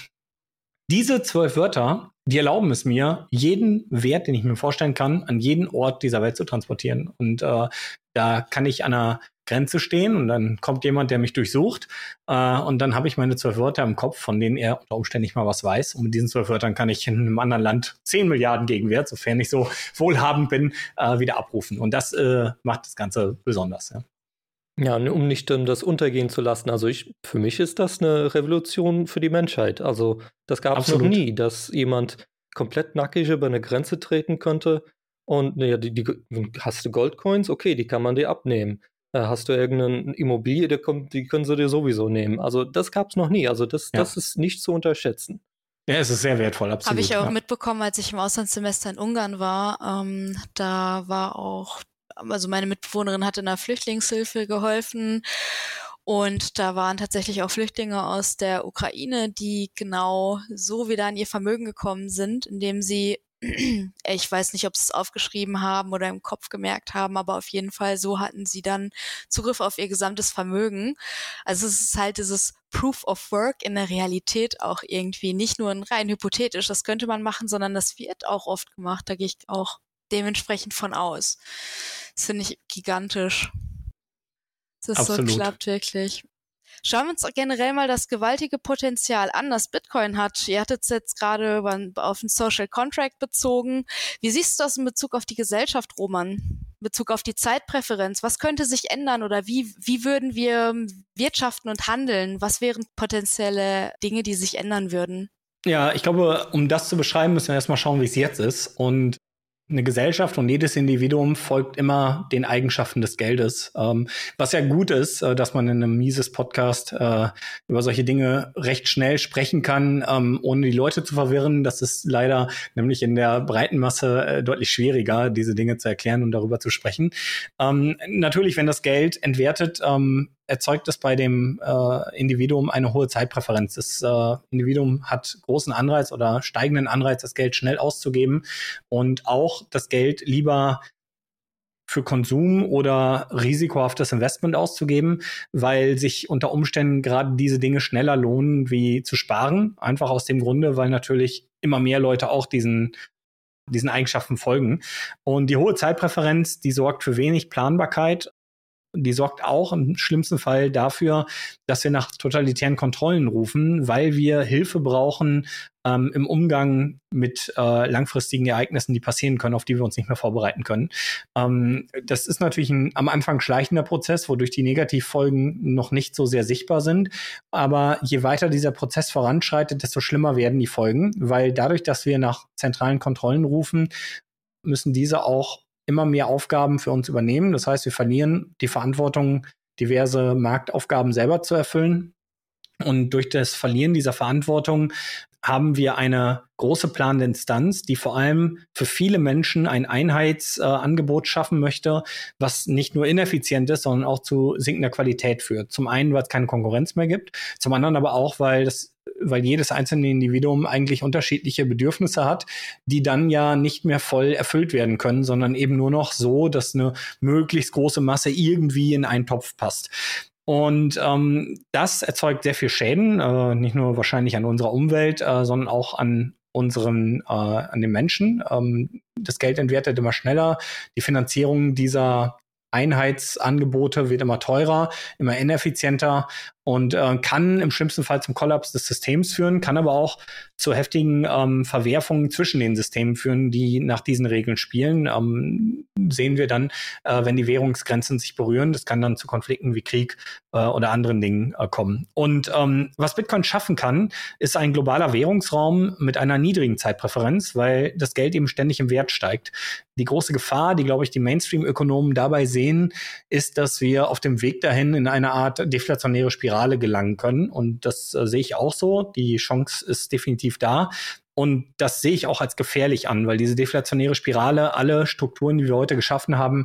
diese 12 Wörter, die erlauben es mir, jeden Wert, den ich mir vorstellen kann, an jeden Ort dieser Welt zu transportieren. Und da kann ich an einer Grenze stehen und dann kommt jemand, der mich durchsucht, und dann habe ich meine 12 Wörter im Kopf, von denen er unter Umständen nicht mal was weiß. Und mit diesen 12 Wörtern kann ich in einem anderen Land 10 Milliarden Gegenwert, sofern ich so wohlhabend bin, wieder abrufen. Und das macht das Ganze besonders. Ja. Ja, um nicht das untergehen zu lassen. Also für mich ist das eine Revolution für die Menschheit. Also das gab es noch nie, dass jemand komplett nackig über eine Grenze treten könnte. Und ja, hast du Goldcoins? Okay, die kann man dir abnehmen. Hast du irgendeine Immobilie, die können sie dir sowieso nehmen. Also das gab es noch nie. Also das ist nicht zu unterschätzen. Ja, es ist sehr wertvoll, absolut. Habe ich auch mitbekommen, als ich im Auslandssemester in Ungarn war. Da war auch, also meine Mitbewohnerin hat in der Flüchtlingshilfe geholfen und da waren tatsächlich auch Flüchtlinge aus der Ukraine, die genau so wieder an ihr Vermögen gekommen sind, indem sie, ich weiß nicht, ob sie es aufgeschrieben haben oder im Kopf gemerkt haben, aber auf jeden Fall so hatten sie dann Zugriff auf ihr gesamtes Vermögen. Also es ist halt dieses Proof of Work in der Realität auch irgendwie, nicht nur rein hypothetisch, das könnte man machen, sondern das wird auch oft gemacht, da gehe ich auch dementsprechend von aus. Das finde ich gigantisch. Dass es so klappt, wirklich. Schauen wir uns generell mal das gewaltige Potenzial an, das Bitcoin hat. Ihr hattet es jetzt gerade auf den Social Contract bezogen. Wie siehst du das in Bezug auf die Gesellschaft, Roman? In Bezug auf die Zeitpräferenz? Was könnte sich ändern oder wie würden wir wirtschaften und handeln? Was wären potenzielle Dinge, die sich ändern würden? Ja, ich glaube, um das zu beschreiben, müssen wir erstmal schauen, wie es jetzt ist. Und eine Gesellschaft und jedes Individuum folgt immer den Eigenschaften des Geldes. Was ja gut ist, dass man in einem Mises-Podcast über solche Dinge recht schnell sprechen kann, ohne die Leute zu verwirren. Das ist leider nämlich in der breiten Masse deutlich schwieriger, diese Dinge zu erklären und darüber zu sprechen. Natürlich, wenn das Geld entwertet, erzeugt es bei dem Individuum eine hohe Zeitpräferenz. Das Individuum hat großen Anreiz oder steigenden Anreiz, das Geld schnell auszugeben und auch das Geld lieber für Konsum oder risikohaftes Investment auszugeben, weil sich unter Umständen gerade diese Dinge schneller lohnen, wie zu sparen. Einfach aus dem Grunde, weil natürlich immer mehr Leute auch diesen Eigenschaften folgen. Und die hohe Zeitpräferenz, die sorgt für wenig Planbarkeit. Die sorgt auch im schlimmsten Fall dafür, dass wir nach totalitären Kontrollen rufen, weil wir Hilfe brauchen im Umgang mit langfristigen Ereignissen, die passieren können, auf die wir uns nicht mehr vorbereiten können. Das ist natürlich am Anfang schleichender Prozess, wodurch die Negativfolgen noch nicht so sehr sichtbar sind. Aber je weiter dieser Prozess voranschreitet, desto schlimmer werden die Folgen, weil dadurch, dass wir nach zentralen Kontrollen rufen, müssen diese auch immer mehr Aufgaben für uns übernehmen. Das heißt, wir verlieren die Verantwortung, diverse Marktaufgaben selber zu erfüllen. Und durch das Verlieren dieser Verantwortung haben wir eine große planende Instanz, die vor allem für viele Menschen ein Einheitsangebot schaffen möchte, was nicht nur ineffizient ist, sondern auch zu sinkender Qualität führt. Zum einen, weil es keine Konkurrenz mehr gibt, zum anderen aber auch, weil jedes einzelne Individuum eigentlich unterschiedliche Bedürfnisse hat, die dann ja nicht mehr voll erfüllt werden können, sondern eben nur noch so, dass eine möglichst große Masse irgendwie in einen Topf passt. Und das erzeugt sehr viel Schäden, nicht nur wahrscheinlich an unserer Umwelt, sondern auch an den Menschen. Das Geld entwertet immer schneller. Die Finanzierung dieser Einheitsangebote wird immer teurer, immer ineffizienter und kann im schlimmsten Fall zum Kollaps des Systems führen, kann aber auch zu heftigen Verwerfungen zwischen den Systemen führen, die nach diesen Regeln spielen. Sehen wir dann, wenn die Währungsgrenzen sich berühren. Das kann dann zu Konflikten wie Krieg oder anderen Dingen kommen. Und was Bitcoin schaffen kann, ist ein globaler Währungsraum mit einer niedrigen Zeitpräferenz, weil das Geld eben ständig im Wert steigt. Die große Gefahr, die, glaube ich, die Mainstream-Ökonomen dabei sehen, ist, dass wir auf dem Weg dahin in eine Art deflationäre Spirale gelangen können. Und das sehe ich auch so. Die Chance ist definitiv da. Und das sehe ich auch als gefährlich an, weil diese deflationäre Spirale alle Strukturen, die wir heute geschaffen haben,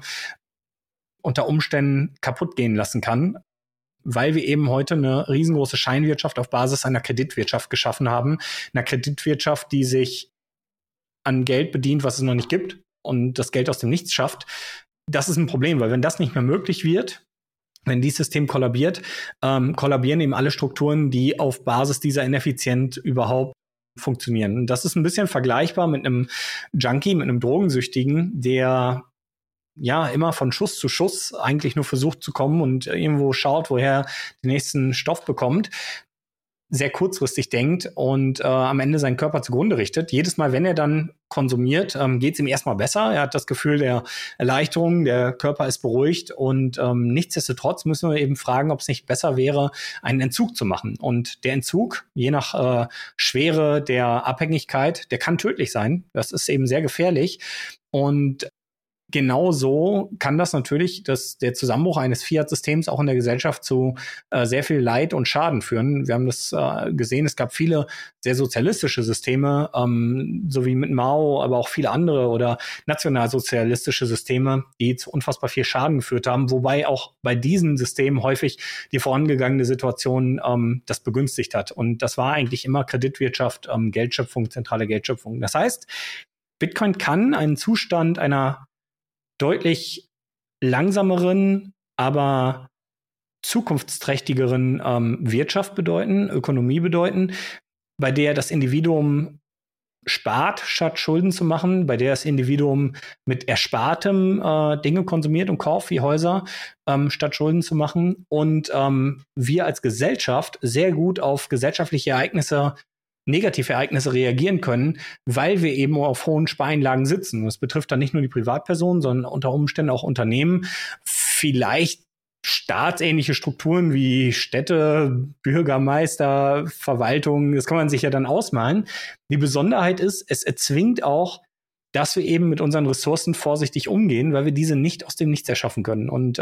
unter Umständen kaputt gehen lassen kann, weil wir eben heute eine riesengroße Scheinwirtschaft auf Basis einer Kreditwirtschaft geschaffen haben. Einer Kreditwirtschaft, die sich an Geld bedient, was es noch nicht gibt und das Geld aus dem Nichts schafft. Das ist ein Problem, weil wenn das nicht mehr möglich wird, wenn dieses System kollabiert, kollabieren eben alle Strukturen, die auf Basis dieser Ineffizienz überhaupt funktionieren. Und das ist ein bisschen vergleichbar mit einem Junkie, mit einem Drogensüchtigen, der ja immer von Schuss zu Schuss eigentlich nur versucht zu kommen und irgendwo schaut, woher den nächsten Stoff bekommt, sehr kurzfristig denkt und am Ende seinen Körper zugrunde richtet. Jedes Mal, wenn er dann konsumiert, geht es ihm erstmal besser. Er hat das Gefühl der Erleichterung, der Körper ist beruhigt und nichtsdestotrotz müssen wir eben fragen, ob es nicht besser wäre, einen Entzug zu machen. Und der Entzug, je nach Schwere der Abhängigkeit, der kann tödlich sein. Das ist eben sehr gefährlich. Und genauso kann das natürlich, der Zusammenbruch eines Fiat-Systems auch in der Gesellschaft zu sehr viel Leid und Schaden führen. Wir haben das gesehen, es gab viele sehr sozialistische Systeme, so wie mit Mao, aber auch viele andere oder nationalsozialistische Systeme, die zu unfassbar viel Schaden geführt haben, wobei auch bei diesen Systemen häufig die vorangegangene Situation das begünstigt hat. Und das war eigentlich immer Kreditwirtschaft, Geldschöpfung, zentrale Geldschöpfung. Das heißt, Bitcoin kann einen Zustand einer deutlich langsameren, aber zukunftsträchtigeren Wirtschaft bedeuten, Ökonomie bedeuten, bei der das Individuum spart, statt Schulden zu machen, bei der das Individuum mit Erspartem Dinge konsumiert und kauft, wie Häuser, statt Schulden zu machen. Und wir als Gesellschaft sehr gut auf gesellschaftliche Ereignisse, negative Ereignisse reagieren können, weil wir eben auf hohen Spareinlagen sitzen. Das betrifft dann nicht nur die Privatpersonen, sondern unter Umständen auch Unternehmen. Vielleicht staatsähnliche Strukturen wie Städte, Bürgermeister, Verwaltung, das kann man sich ja dann ausmalen. Die Besonderheit ist, es erzwingt auch, dass wir eben mit unseren Ressourcen vorsichtig umgehen, weil wir diese nicht aus dem Nichts erschaffen können und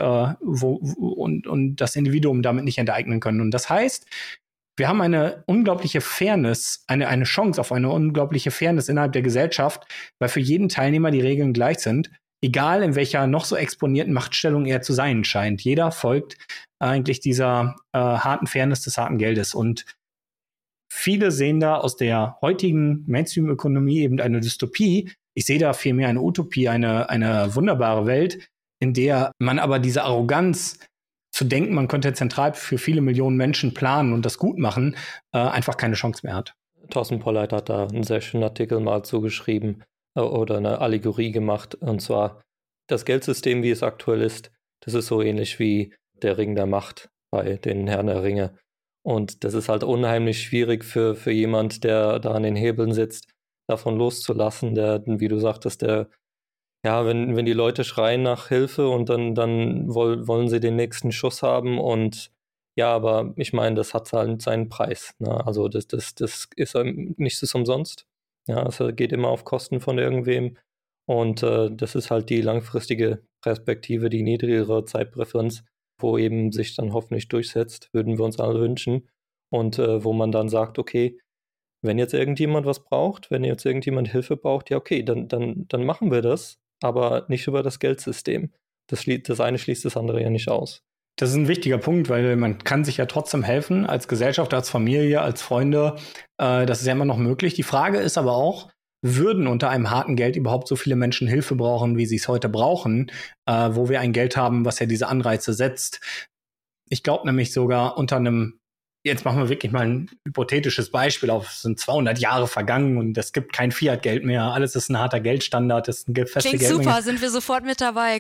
das Individuum damit nicht enteignen können. Und das heißt, wir haben eine unglaubliche Fairness, eine Chance auf eine unglaubliche Fairness innerhalb der Gesellschaft, weil für jeden Teilnehmer die Regeln gleich sind. Egal in welcher noch so exponierten Machtstellung er zu sein scheint. Jeder folgt eigentlich dieser harten Fairness des harten Geldes. Und viele sehen da aus der heutigen Mainstream-Ökonomie eben eine Dystopie. Ich sehe da vielmehr eine Utopie, eine wunderbare Welt, in der man aber diese Arroganz zu denken, man könnte zentral für viele Millionen Menschen planen und das gut machen, einfach keine Chance mehr hat. Thorsten Polleit hat da einen sehr schönen Artikel mal zugeschrieben oder eine Allegorie gemacht. Und zwar, das Geldsystem, wie es aktuell ist, das ist so ähnlich wie der Ring der Macht bei den Herren der Ringe. Und das ist halt unheimlich schwierig für jemand, der da an den Hebeln sitzt, davon loszulassen, der, wie du sagtest, wenn die Leute schreien nach Hilfe und dann wollen sie den nächsten Schuss haben und ja, aber ich meine, das hat halt seinen Preis. Ne? Also das ist nichts umsonst. Ja, es geht immer auf Kosten von irgendwem. Und das ist halt die langfristige Perspektive, die niedrigere Zeitpräferenz, wo eben sich dann hoffentlich durchsetzt, würden wir uns alle wünschen. Und wo man dann sagt, okay, wenn jetzt irgendjemand was braucht, wenn jetzt irgendjemand Hilfe braucht, ja okay, dann machen wir das, aber nicht über das Geldsystem. Das eine schließt das andere ja nicht aus. Das ist ein wichtiger Punkt, weil man kann sich ja trotzdem helfen, als Gesellschaft, als Familie, als Freunde. Das ist ja immer noch möglich. Die Frage ist aber auch, würden unter einem harten Geld überhaupt so viele Menschen Hilfe brauchen, wie sie es heute brauchen, wo wir ein Geld haben, was ja diese Anreize setzt? Ich glaube nämlich sogar unter einem, jetzt machen wir wirklich mal ein hypothetisches Beispiel auf, es sind 200 Jahre vergangen und es gibt kein Fiat-Geld mehr, alles ist ein harter Geldstandard, ist eine feste Klingt Geldmenge. super, sind wir sofort mit dabei.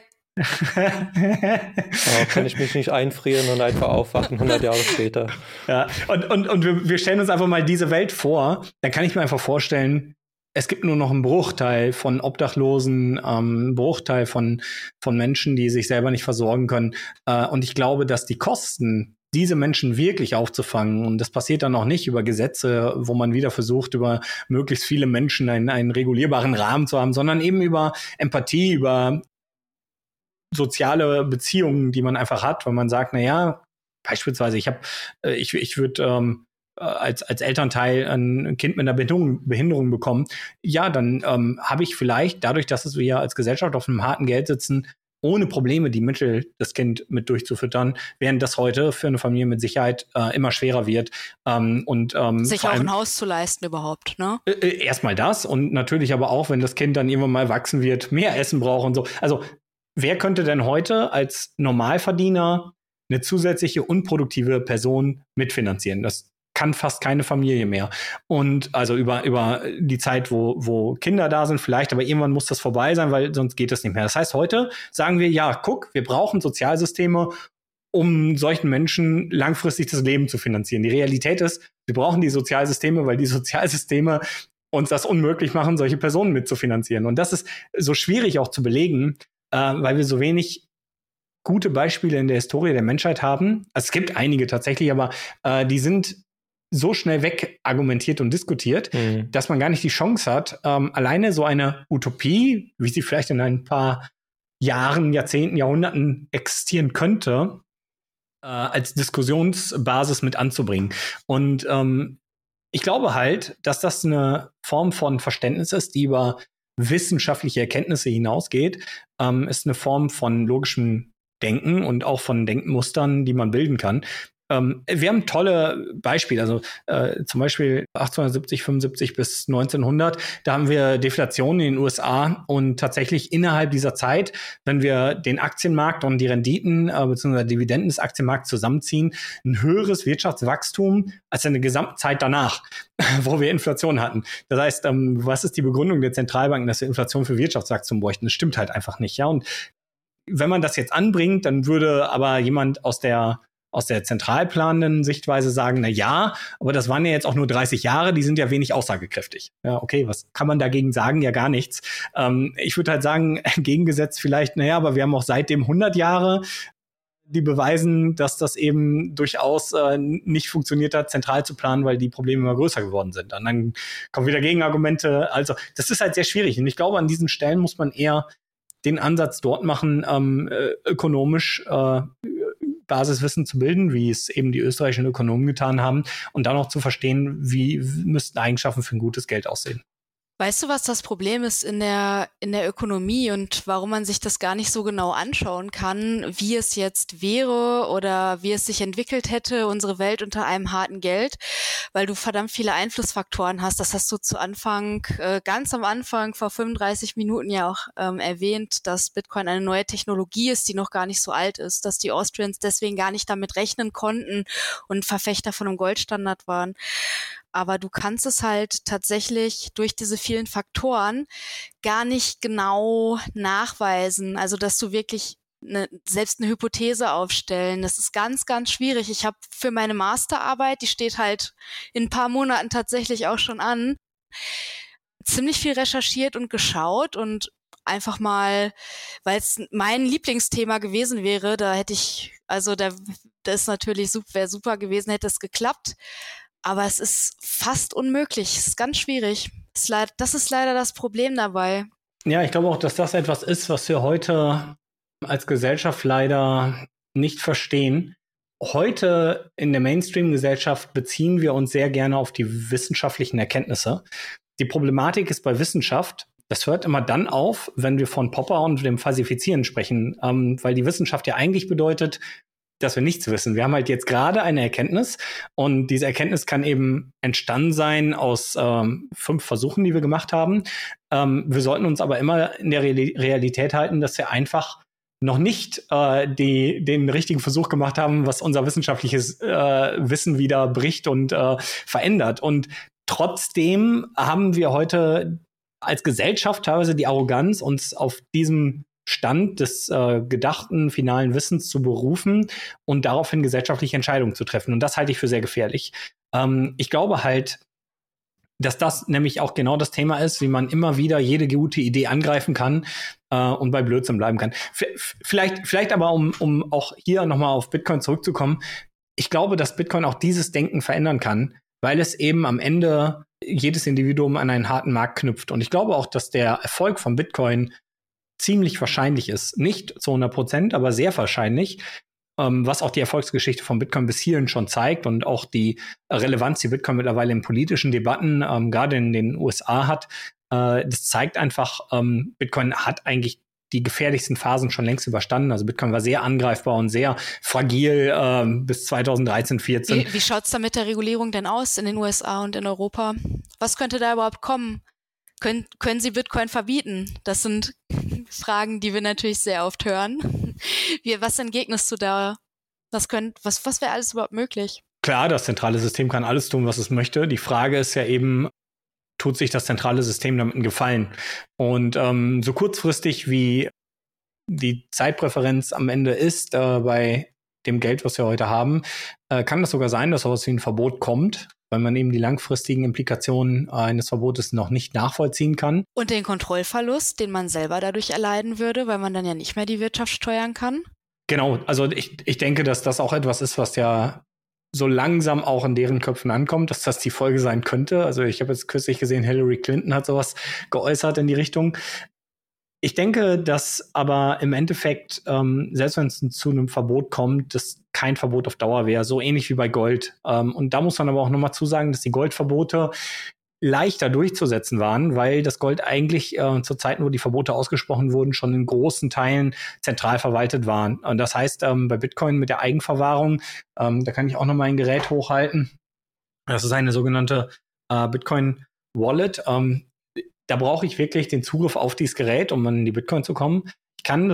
Kann ich mich nicht einfrieren und einfach aufwachen 100 Jahre später. Ja, und wir stellen uns einfach mal diese Welt vor, dann kann ich mir einfach vorstellen, es gibt nur noch einen Bruchteil von Obdachlosen, einen Bruchteil von Menschen, die sich selber nicht versorgen können. Und ich glaube, dass die Kosten, diese Menschen wirklich aufzufangen, und das passiert dann auch nicht über Gesetze, wo man wieder versucht, über möglichst viele Menschen einen regulierbaren Rahmen zu haben, sondern eben über Empathie, über soziale Beziehungen, die man einfach hat, wenn man sagt, naja, beispielsweise, ich würde als Elternteil ein Kind mit einer Behinderung bekommen, ja, dann habe ich vielleicht, dadurch, dass wir als Gesellschaft auf einem harten Geld sitzen, ohne Probleme die Mittel, das Kind mit durchzufüttern, während das heute für eine Familie mit Sicherheit immer schwerer wird. Sich auch ein Haus zu leisten überhaupt, ne? Erstmal das und natürlich aber auch, wenn das Kind dann irgendwann mal wachsen wird, mehr Essen braucht und so. Also wer könnte denn heute als Normalverdiener eine zusätzliche unproduktive Person mitfinanzieren? Das kann fast keine Familie mehr. Und also über die Zeit, wo Kinder da sind vielleicht, aber irgendwann muss das vorbei sein, weil sonst geht das nicht mehr. Das heißt, heute sagen wir, ja, guck, wir brauchen Sozialsysteme, um solchen Menschen langfristig das Leben zu finanzieren. Die Realität ist, wir brauchen die Sozialsysteme, weil die Sozialsysteme uns das unmöglich machen, solche Personen mitzufinanzieren. Und das ist so schwierig auch zu belegen, weil wir so wenig gute Beispiele in der Historie der Menschheit haben. Also es gibt einige tatsächlich, aber die sind so schnell wegargumentiert und diskutiert, dass man gar nicht die Chance hat, alleine so eine Utopie, wie sie vielleicht in ein paar Jahren, Jahrzehnten, Jahrhunderten existieren könnte, als Diskussionsbasis mit anzubringen. Und ich glaube halt, dass das eine Form von Verständnis ist, die über wissenschaftliche Erkenntnisse hinausgeht, ist eine Form von logischem Denken und auch von Denkmustern, die man bilden kann. Wir haben tolle Beispiele, also zum Beispiel 1870, 75 bis 1900, da haben wir Deflation in den USA und tatsächlich innerhalb dieser Zeit, wenn wir den Aktienmarkt und die Renditen bzw. Dividenden des Aktienmarkts zusammenziehen, ein höheres Wirtschaftswachstum als in der gesamten Zeit danach, wo wir Inflation hatten. Das heißt, was ist die Begründung der Zentralbanken, dass wir Inflation für Wirtschaftswachstum bräuchten? Das stimmt halt einfach nicht, ja. Und wenn man das jetzt anbringt, dann würde aber jemand aus der zentralplanenden Sichtweise sagen, na ja, aber das waren ja jetzt auch nur 30 Jahre, die sind ja wenig aussagekräftig. Ja, okay, was kann man dagegen sagen? Ja, gar nichts. Ich würde halt sagen, entgegengesetzt vielleicht, naja, aber wir haben auch seitdem 100 Jahre, die beweisen, dass das eben durchaus nicht funktioniert hat, zentral zu planen, weil die Probleme immer größer geworden sind. Und dann kommen wieder Gegenargumente. Also das ist halt sehr schwierig. Und ich glaube, an diesen Stellen muss man eher den Ansatz dort machen, ökonomisch Basiswissen zu bilden, wie es eben die österreichischen Ökonomen getan haben, und dann auch zu verstehen, wie müssten Eigenschaften für ein gutes Geld aussehen. Weißt du, was das Problem ist in der Ökonomie und warum man sich das gar nicht so genau anschauen kann, wie es jetzt wäre oder wie es sich entwickelt hätte, unsere Welt unter einem harten Geld, weil du verdammt viele Einflussfaktoren hast. Das hast du zu Anfang, ganz am Anfang, vor 35 Minuten ja auch erwähnt, dass Bitcoin eine neue Technologie ist, die noch gar nicht so alt ist, dass die Austrians deswegen gar nicht damit rechnen konnten und Verfechter von einem Goldstandard waren. Aber du kannst es halt tatsächlich durch diese vielen Faktoren gar nicht genau nachweisen. Also, dass du wirklich selbst eine Hypothese aufstellen. Das ist ganz, ganz schwierig. Ich habe für meine Masterarbeit, die steht halt in ein paar Monaten tatsächlich auch schon an, ziemlich viel recherchiert und geschaut und einfach mal, weil es mein Lieblingsthema gewesen wäre, da hätte ich, also da ist natürlich wäre super gewesen, hätte es geklappt. Aber es ist fast unmöglich. Es ist ganz schwierig. Das ist leider das Problem dabei. Ja, ich glaube auch, dass das etwas ist, was wir heute als Gesellschaft leider nicht verstehen. Heute in der Mainstream-Gesellschaft beziehen wir uns sehr gerne auf die wissenschaftlichen Erkenntnisse. Die Problematik ist bei Wissenschaft, das hört immer dann auf, wenn wir von Popper und dem Falsifizieren sprechen, weil die Wissenschaft ja eigentlich bedeutet, dass wir nichts wissen. Wir haben halt jetzt gerade eine Erkenntnis und diese Erkenntnis kann eben entstanden sein aus 5 Versuchen, die wir gemacht haben. Wir sollten uns aber immer in der Realität halten, dass wir einfach noch nicht den richtigen Versuch gemacht haben, was unser wissenschaftliches Wissen wieder bricht und verändert. Und trotzdem haben wir heute als Gesellschaft teilweise die Arroganz, uns auf diesem Stand des gedachten finalen Wissens zu berufen und daraufhin gesellschaftliche Entscheidungen zu treffen. Und das halte ich für sehr gefährlich. Ich glaube halt, dass das nämlich auch genau das Thema ist, wie man immer wieder jede gute Idee angreifen kann und bei Blödsinn bleiben kann. Vielleicht aber, um auch hier nochmal auf Bitcoin zurückzukommen, ich glaube, dass Bitcoin auch dieses Denken verändern kann, weil es eben am Ende jedes Individuum an einen harten Markt knüpft. Und ich glaube auch, dass der Erfolg von Bitcoin ziemlich wahrscheinlich ist. Nicht zu 100%, aber sehr wahrscheinlich, was auch die Erfolgsgeschichte von Bitcoin bis hierhin schon zeigt und auch die Relevanz, die Bitcoin mittlerweile in politischen Debatten, gerade in den USA hat. Das zeigt einfach, Bitcoin hat eigentlich die gefährlichsten Phasen schon längst überstanden. Also Bitcoin war sehr angreifbar und sehr fragil bis 2013, 2014. Wie schaut es da mit der Regulierung denn aus in den USA und in Europa? Was könnte da überhaupt kommen? Können Sie Bitcoin verbieten? Das sind Fragen, die wir natürlich sehr oft hören. Was entgegnest du da? Was wäre alles überhaupt möglich? Klar, das zentrale System kann alles tun, was es möchte. Die Frage ist ja eben, tut sich das zentrale System damit einen Gefallen? Und so kurzfristig wie die Zeitpräferenz am Ende ist bei dem Geld, was wir heute haben, kann das sogar sein, dass sowas wie ein Verbot kommt, weil man eben die langfristigen Implikationen eines Verbotes noch nicht nachvollziehen kann. Und den Kontrollverlust, den man selber dadurch erleiden würde, weil man dann ja nicht mehr die Wirtschaft steuern kann? Genau, also ich denke, dass das auch etwas ist, was ja so langsam auch in deren Köpfen ankommt, dass das die Folge sein könnte. Also ich habe jetzt kürzlich gesehen, Hillary Clinton hat sowas geäußert in die Richtung. Ich denke, dass aber im Endeffekt, selbst wenn es zu einem Verbot kommt, das kein Verbot auf Dauer wäre, so ähnlich wie bei Gold. Und da muss man aber auch nochmal zusagen, dass die Goldverbote leichter durchzusetzen waren, weil das Gold eigentlich zu Zeiten, wo die Verbote ausgesprochen wurden, schon in großen Teilen zentral verwaltet waren. Und das heißt, bei Bitcoin mit der Eigenverwahrung, da kann ich auch noch mal ein Gerät hochhalten. Das ist eine sogenannte Bitcoin Wallet. Da brauche ich wirklich den Zugriff auf dieses Gerät, um an die Bitcoin zu kommen. Ich kann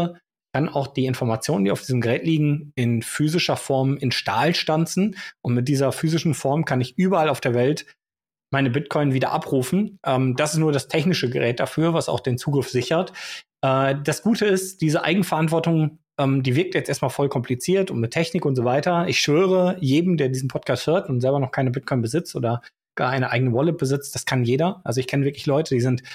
auch die Informationen, die auf diesem Gerät liegen, in physischer Form in Stahl stanzen. Und mit dieser physischen Form kann ich überall auf der Welt meine Bitcoin wieder abrufen. Das ist nur das technische Gerät dafür, was auch den Zugriff sichert. Das Gute ist, diese Eigenverantwortung, die wirkt jetzt erstmal voll kompliziert und mit Technik und so weiter. Ich schwöre, jedem, der diesen Podcast hört und selber noch keine Bitcoin besitzt oder gar eine eigene Wallet besitzt, das kann jeder. Also ich kenne wirklich Leute, die sind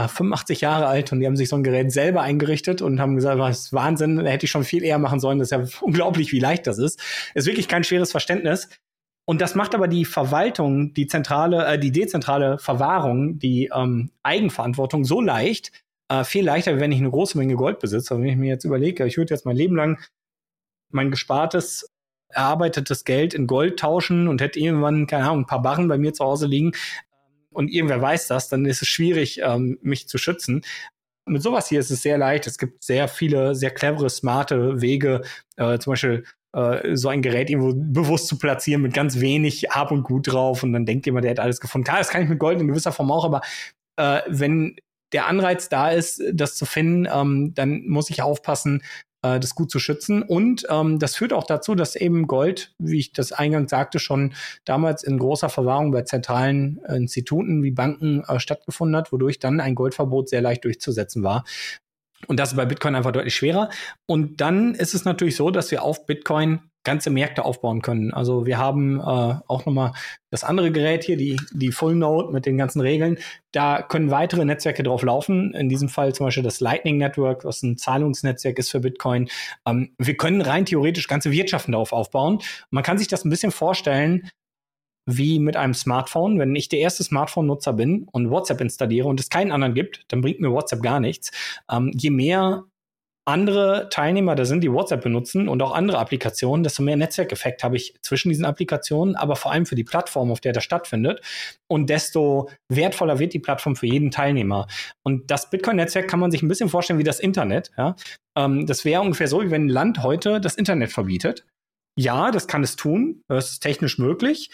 85 Jahre alt und die haben sich so ein Gerät selber eingerichtet und haben gesagt, was ist Wahnsinn, da hätte ich schon viel eher machen sollen. Das ist ja unglaublich, wie leicht das ist. Ist wirklich kein schweres Verständnis. Und das macht aber die Verwaltung, die dezentrale Verwahrung, die Eigenverantwortung so leicht, viel leichter, wenn ich eine große Menge Gold besitze. Und wenn ich mir jetzt überlege, ich würde jetzt mein Leben lang mein gespartes, erarbeitetes Geld in Gold tauschen und hätte irgendwann, keine Ahnung, ein paar Barren bei mir zu Hause liegen und irgendwer weiß das, dann ist es schwierig, mich zu schützen. Mit sowas hier ist es sehr leicht. Es gibt sehr viele, sehr clevere, smarte Wege, zum Beispiel so ein Gerät irgendwo bewusst zu platzieren mit ganz wenig Hab und Gut drauf und dann denkt jemand, der hat alles gefunden. Klar, das kann ich mit Gold in gewisser Form auch, aber wenn der Anreiz da ist, das zu finden, dann muss ich aufpassen, das gut zu schützen. Und das führt auch dazu, dass eben Gold, wie ich das eingangs sagte, schon damals in großer Verwahrung bei zentralen Instituten wie Banken stattgefunden hat, wodurch dann ein Goldverbot sehr leicht durchzusetzen war. Und das ist bei Bitcoin einfach deutlich schwerer. Und dann ist es natürlich so, dass wir auf Bitcoin ganze Märkte aufbauen können. Also wir haben auch nochmal das andere Gerät hier, die Full Node mit den ganzen Regeln. Da können weitere Netzwerke drauf laufen. In diesem Fall zum Beispiel das Lightning Network, was ein Zahlungsnetzwerk ist für Bitcoin. Wir können rein theoretisch ganze Wirtschaften darauf aufbauen. Man kann sich das ein bisschen vorstellen wie mit einem Smartphone. Wenn ich der erste Smartphone-Nutzer bin und WhatsApp installiere und es keinen anderen gibt, dann bringt mir WhatsApp gar nichts. Je mehr andere Teilnehmer da sind, die WhatsApp benutzen und auch andere Applikationen, desto mehr Netzwerkeffekt habe ich zwischen diesen Applikationen, aber vor allem für die Plattform, auf der das stattfindet. Und desto wertvoller wird die Plattform für jeden Teilnehmer. Und das Bitcoin-Netzwerk kann man sich ein bisschen vorstellen wie das Internet. Ja? Das wäre ungefähr so, wie wenn ein Land heute das Internet verbietet. Ja, das kann es tun. Das ist technisch möglich.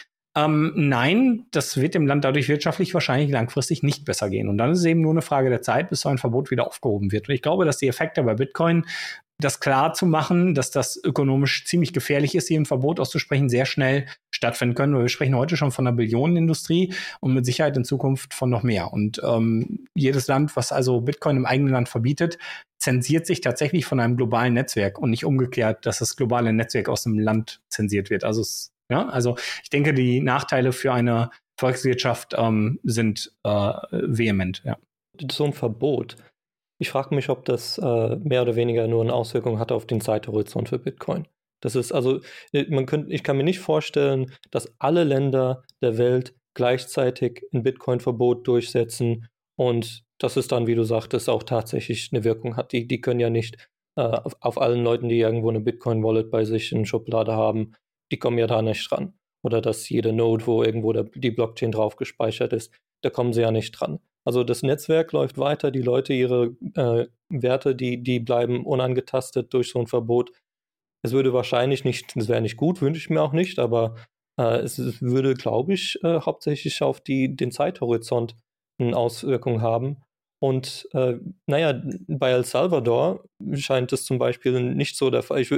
Nein, das wird dem Land dadurch wirtschaftlich wahrscheinlich langfristig nicht besser gehen. Und dann ist es eben nur eine Frage der Zeit, bis so ein Verbot wieder aufgehoben wird. Und ich glaube, dass die Effekte bei Bitcoin, das klar zu machen, dass das ökonomisch ziemlich gefährlich ist, hier ein Verbot auszusprechen, sehr schnell stattfinden können. Weil wir sprechen heute schon von einer Billionenindustrie und mit Sicherheit in Zukunft von noch mehr. Und jedes Land, was also Bitcoin im eigenen Land verbietet, zensiert sich tatsächlich von einem globalen Netzwerk und nicht umgekehrt, dass das globale Netzwerk aus dem Land zensiert wird. Also ich denke, die Nachteile für eine Volkswirtschaft sind vehement. Ja. So ein Verbot. Ich frage mich, ob das mehr oder weniger nur eine Auswirkung hat auf den Zeithorizont für Bitcoin. Das ist also, ich kann mir nicht vorstellen, dass alle Länder der Welt gleichzeitig ein Bitcoin-Verbot durchsetzen und dass es dann, wie du sagtest, auch tatsächlich eine Wirkung hat. Die können ja nicht auf allen Leuten, die irgendwo eine Bitcoin-Wallet bei sich in Schublade haben, die kommen ja da nicht dran. Oder dass jede Node, wo irgendwo die Blockchain drauf gespeichert ist, da kommen sie ja nicht dran. Also das Netzwerk läuft weiter, die Leute, ihre Werte, die bleiben unangetastet durch so ein Verbot. Es würde wahrscheinlich nicht, das wäre nicht gut, wünsche ich mir auch nicht, aber es würde, glaube ich, hauptsächlich auf den Zeithorizont eine Auswirkung haben. Und bei El Salvador scheint es zum Beispiel nicht so der Fall. Ich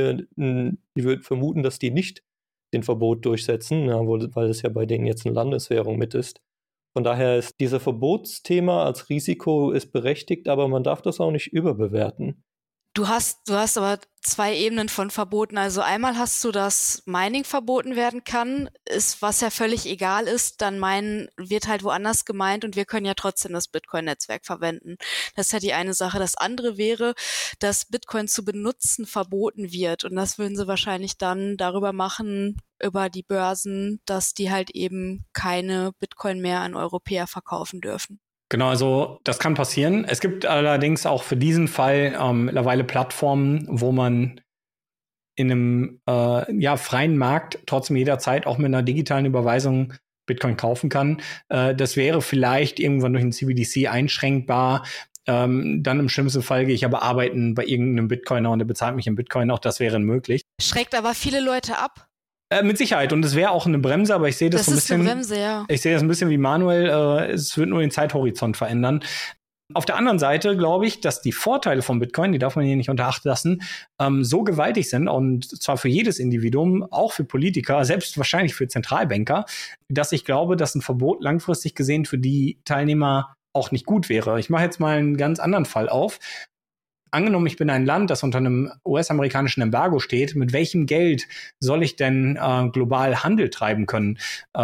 würde vermuten, dass die nicht den Verbot durchsetzen, weil es ja bei denen jetzt eine Landeswährung mit ist. Von daher ist dieses Verbotsthema als Risiko ist berechtigt, aber man darf das auch nicht überbewerten. Du hast aber zwei Ebenen von Verboten. Also einmal hast du, dass Mining verboten werden kann, was ja völlig egal ist, dann Minen wird halt woanders gemeint und wir können ja trotzdem das Bitcoin-Netzwerk verwenden. Das ist ja die eine Sache. Das andere wäre, dass Bitcoin zu benutzen verboten wird und das würden sie wahrscheinlich dann darüber machen, über die Börsen, dass die halt eben keine Bitcoin mehr an Europäer verkaufen dürfen. Genau, also das kann passieren. Es gibt allerdings auch für diesen Fall mittlerweile Plattformen, wo man in einem freien Markt trotzdem jederzeit auch mit einer digitalen Überweisung Bitcoin kaufen kann. Das wäre vielleicht irgendwann durch ein CBDC einschränkbar. Dann im schlimmsten Fall gehe ich aber arbeiten bei irgendeinem Bitcoiner und der bezahlt mich in Bitcoin. Auch das wäre möglich. Schreckt aber viele Leute ab. Mit Sicherheit. Und es wäre auch eine Bremse, aber ich sehe das so ein bisschen. Eine Bremse, ja. Ich sehe das ein bisschen wie Manuel. Es wird nur den Zeithorizont verändern. Auf der anderen Seite glaube ich, dass die Vorteile von Bitcoin, die darf man hier nicht unter Acht lassen, so gewaltig sind und zwar für jedes Individuum, auch für Politiker, selbst wahrscheinlich für Zentralbanker, dass ich glaube, dass ein Verbot langfristig gesehen für die Teilnehmer auch nicht gut wäre. Ich mache jetzt mal einen ganz anderen Fall auf. Angenommen, ich bin ein Land, das unter einem US-amerikanischen Embargo steht, mit welchem Geld soll ich denn global Handel treiben können?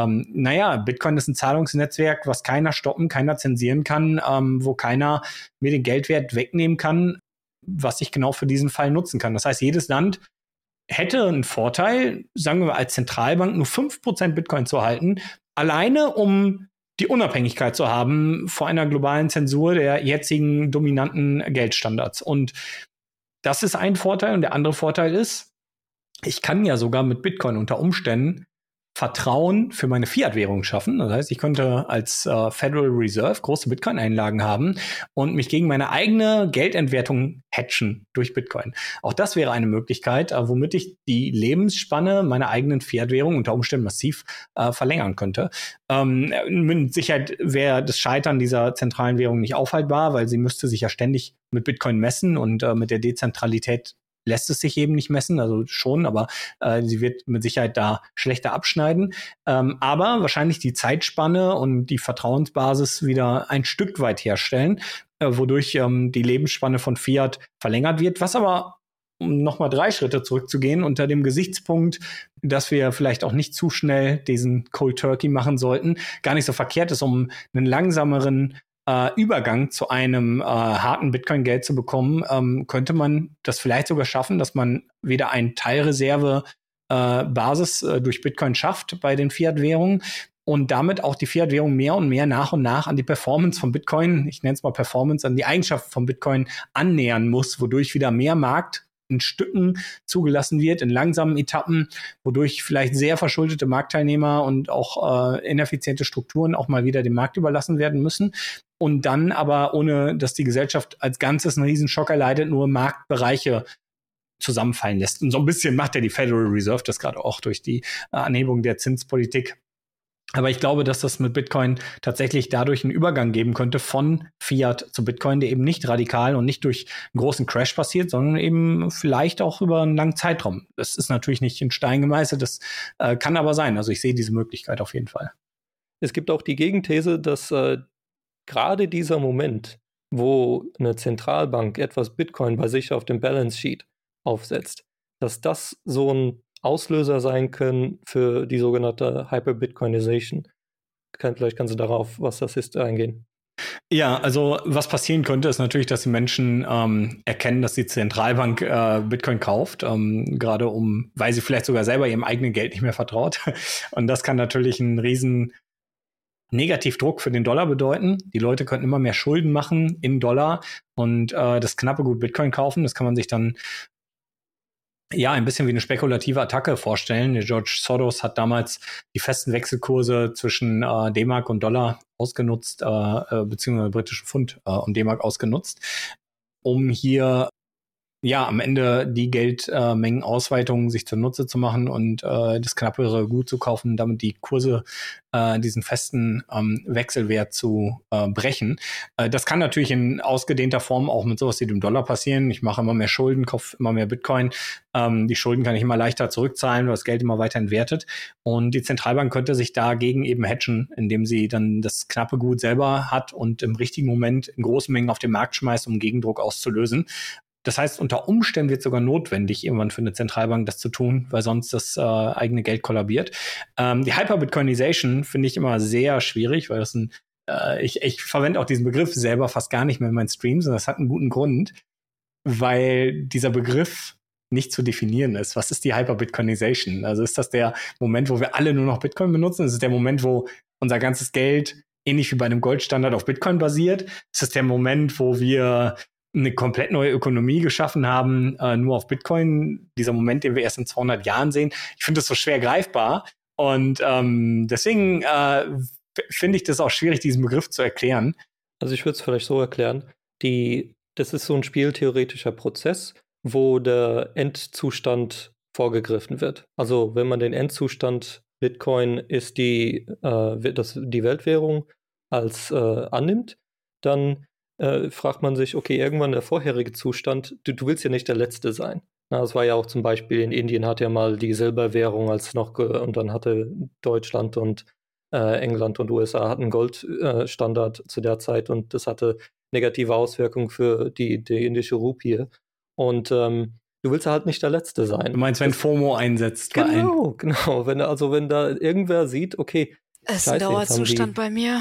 Bitcoin ist ein Zahlungsnetzwerk, was keiner stoppen, keiner zensieren kann, wo keiner mir den Geldwert wegnehmen kann, was ich genau für diesen Fall nutzen kann. Das heißt, jedes Land hätte einen Vorteil, sagen wir mal als Zentralbank, nur 5% Bitcoin zu halten, alleine um die Unabhängigkeit zu haben vor einer globalen Zensur der jetzigen dominanten Geldstandards. Und das ist ein Vorteil. Und der andere Vorteil ist, ich kann ja sogar mit Bitcoin unter Umständen Vertrauen für meine Fiat-Währung schaffen. Das heißt, ich könnte als Federal Reserve große Bitcoin-Einlagen haben und mich gegen meine eigene Geldentwertung hatchen durch Bitcoin. Auch das wäre eine Möglichkeit, womit ich die Lebensspanne meiner eigenen Fiat-Währung unter Umständen massiv verlängern könnte. Mit Sicherheit wäre das Scheitern dieser zentralen Währung nicht aufhaltbar, weil sie müsste sich ja ständig mit Bitcoin messen und mit der Dezentralität lässt es sich eben nicht messen, also schon, aber sie wird mit Sicherheit da schlechter abschneiden. Aber wahrscheinlich die Zeitspanne und die Vertrauensbasis wieder ein Stück weit herstellen, wodurch die Lebensspanne von Fiat verlängert wird, was aber, um nochmal 3 Schritte zurückzugehen, unter dem Gesichtspunkt, dass wir vielleicht auch nicht zu schnell diesen Cold Turkey machen sollten, gar nicht so verkehrt ist, um einen langsameren Übergang zu einem harten Bitcoin-Geld zu bekommen, könnte man das vielleicht sogar schaffen, dass man wieder eine Teilreserve Basis durch Bitcoin schafft bei den Fiat-Währungen und damit auch die Fiat-Währung mehr und mehr nach und nach an die Performance von Bitcoin, ich nenne es mal Performance, an die Eigenschaften von Bitcoin annähern muss, wodurch wieder mehr Markt in Stücken zugelassen wird, in langsamen Etappen, wodurch vielleicht sehr verschuldete Marktteilnehmer und auch ineffiziente Strukturen auch mal wieder dem Markt überlassen werden müssen. Und dann aber, ohne dass die Gesellschaft als Ganzes einen Riesenschock erleidet, nur Marktbereiche zusammenfallen lässt. Und so ein bisschen macht ja die Federal Reserve das gerade auch durch die Anhebung der Zinspolitik. Aber ich glaube, dass das mit Bitcoin tatsächlich dadurch einen Übergang geben könnte von Fiat zu Bitcoin, der eben nicht radikal und nicht durch einen großen Crash passiert, sondern eben vielleicht auch über einen langen Zeitraum. Das ist natürlich nicht in Stein gemeißelt, das kann aber sein. Also ich sehe diese Möglichkeit auf jeden Fall. Es gibt auch die Gegenthese, dass gerade dieser Moment, wo eine Zentralbank etwas Bitcoin bei sich auf dem Balance Sheet aufsetzt, dass das so ein Auslöser sein können für die sogenannte Hyper-Bitcoinization. Vielleicht kannst du darauf, was das ist, eingehen. Ja, also was passieren könnte, ist natürlich, dass die Menschen erkennen, dass die Zentralbank Bitcoin kauft, gerade weil sie vielleicht sogar selber ihrem eigenen Geld nicht mehr vertraut. Und das kann natürlich einen riesen Negativdruck für den Dollar bedeuten. Die Leute könnten immer mehr Schulden machen in Dollar und das knappe Gut Bitcoin kaufen. Das kann man sich dann ein bisschen wie eine spekulative Attacke vorstellen. Der George Soros hat damals die festen Wechselkurse zwischen D-Mark und Dollar ausgenutzt, beziehungsweise britischen Pfund und D-Mark ausgenutzt, um hier am Ende die Geldmengenausweitungen sich zunutze zu machen und das knappere Gut zu kaufen, damit die Kurse diesen festen Wechselwert zu brechen. Das kann natürlich in ausgedehnter Form auch mit sowas wie dem Dollar passieren. Ich mache immer mehr Schulden, kaufe immer mehr Bitcoin. Die Schulden kann ich immer leichter zurückzahlen, weil das Geld immer weiter entwertet. Und die Zentralbank könnte sich dagegen eben hedgen, indem sie dann das knappe Gut selber hat und im richtigen Moment in großen Mengen auf den Markt schmeißt, um Gegendruck auszulösen. Das heißt, unter Umständen wird es sogar notwendig, irgendwann für eine Zentralbank das zu tun, weil sonst das eigene Geld kollabiert. Die Hyper-Bitcoinization finde ich immer sehr schwierig, weil das ich verwende auch diesen Begriff selber fast gar nicht mehr in meinen Streams und das hat einen guten Grund, weil dieser Begriff nicht zu definieren ist. Was ist die Hyper-Bitcoinization? Also ist das der Moment, wo wir alle nur noch Bitcoin benutzen? Ist es der Moment, wo unser ganzes Geld ähnlich wie bei einem Goldstandard auf Bitcoin basiert? Ist es der Moment, wo wir eine komplett neue Ökonomie geschaffen haben, nur auf Bitcoin, dieser Moment, den wir erst in 200 Jahren sehen. Ich finde das so schwer greifbar Und deswegen finde ich das auch schwierig, diesen Begriff zu erklären. Also ich würde es vielleicht so erklären, das ist so ein spieltheoretischer Prozess, wo der Endzustand vorgegriffen wird. Also wenn man den Endzustand Bitcoin ist die Weltwährung als annimmt, dann fragt man sich, okay, irgendwann der vorherige Zustand, du willst ja nicht der Letzte sein. Na, das war ja auch zum Beispiel in Indien hat ja mal die Silberwährung und dann hatte Deutschland und England und USA hatten Goldstandard zu der Zeit und das hatte negative Auswirkungen für die indische Rupie. Und du willst halt nicht der Letzte sein. Du meinst, wenn FOMO einsetzt bei allen? Genau. Wenn da irgendwer sieht, okay, es ist ein Dauerzustand bei mir.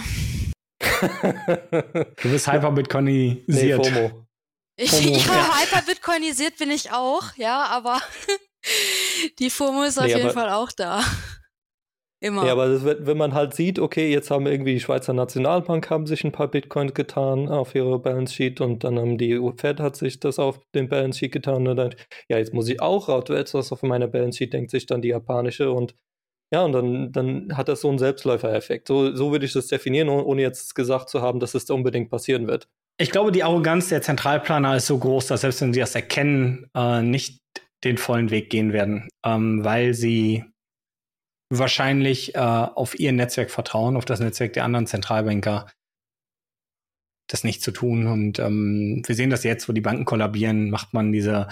Du bist hyperbitcoinisiert. Nee, FOMO. Hyperbitcoinisiert bin ich auch, ja, aber die FOMO ist auf jeden Fall auch da. Immer. Ja, aber wenn man halt sieht, okay, jetzt haben irgendwie die Schweizer Nationalbank haben sich ein paar Bitcoins getan auf ihre Balance Sheet und dann haben die Fed hat sich das auf den Balance Sheet getan und dann, ja, jetzt muss ich auch etwas auf meiner Balance Sheet, denkt sich dann die japanische und ja, und dann hat das so einen Selbstläufereffekt. So würde ich das definieren, ohne jetzt gesagt zu haben, dass es unbedingt passieren wird. Ich glaube, die Arroganz der Zentralplaner ist so groß, dass selbst wenn sie das erkennen, nicht den vollen Weg gehen werden, weil sie wahrscheinlich auf ihr Netzwerk vertrauen, auf das Netzwerk der anderen Zentralbanker, das nicht zu tun. Und wir sehen das jetzt, wo die Banken kollabieren, macht man diese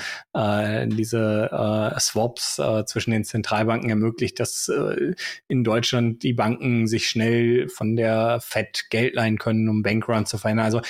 Swaps zwischen den Zentralbanken ermöglicht, dass in Deutschland die Banken sich schnell von der Fed Geld leihen können, um Bankruns zu verhindern. Also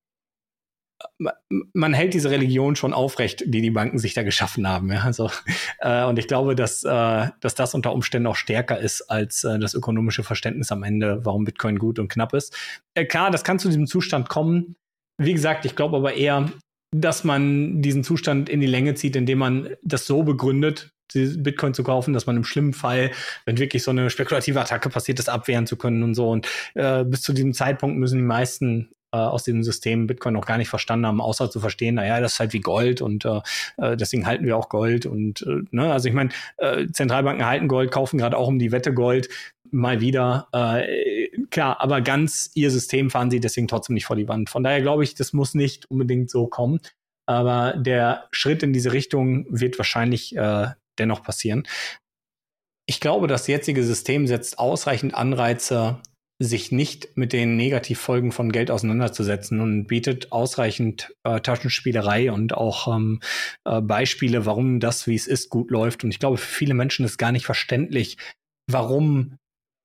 man hält diese Religion schon aufrecht, die Banken sich da geschaffen haben. Ja? Also, und ich glaube, dass das unter Umständen auch stärker ist als das ökonomische Verständnis am Ende, warum Bitcoin gut und knapp ist. Klar, das kann zu diesem Zustand kommen. Wie gesagt, ich glaube aber eher, dass man diesen Zustand in die Länge zieht, indem man das so begründet, Bitcoin zu kaufen, dass man im schlimmen Fall, wenn wirklich so eine spekulative Attacke passiert ist, abwehren zu können und so. Und bis zu diesem Zeitpunkt müssen die meisten aus diesem System Bitcoin noch gar nicht verstanden haben, außer zu verstehen, naja, das ist halt wie Gold und deswegen halten wir auch Gold und ne, also ich meine, Zentralbanken halten Gold, kaufen gerade auch um die Wette Gold mal wieder, klar, aber ganz ihr System fahren sie deswegen trotzdem nicht vor die Wand. Von daher glaube ich, das muss nicht unbedingt so kommen, aber der Schritt in diese Richtung wird wahrscheinlich dennoch passieren. Ich glaube, das jetzige System setzt ausreichend Anreize, sich nicht mit den Negativfolgen von Geld auseinanderzusetzen und bietet ausreichend Taschenspielerei und auch Beispiele, warum das, wie es ist, gut läuft. Und ich glaube, für viele Menschen ist gar nicht verständlich, warum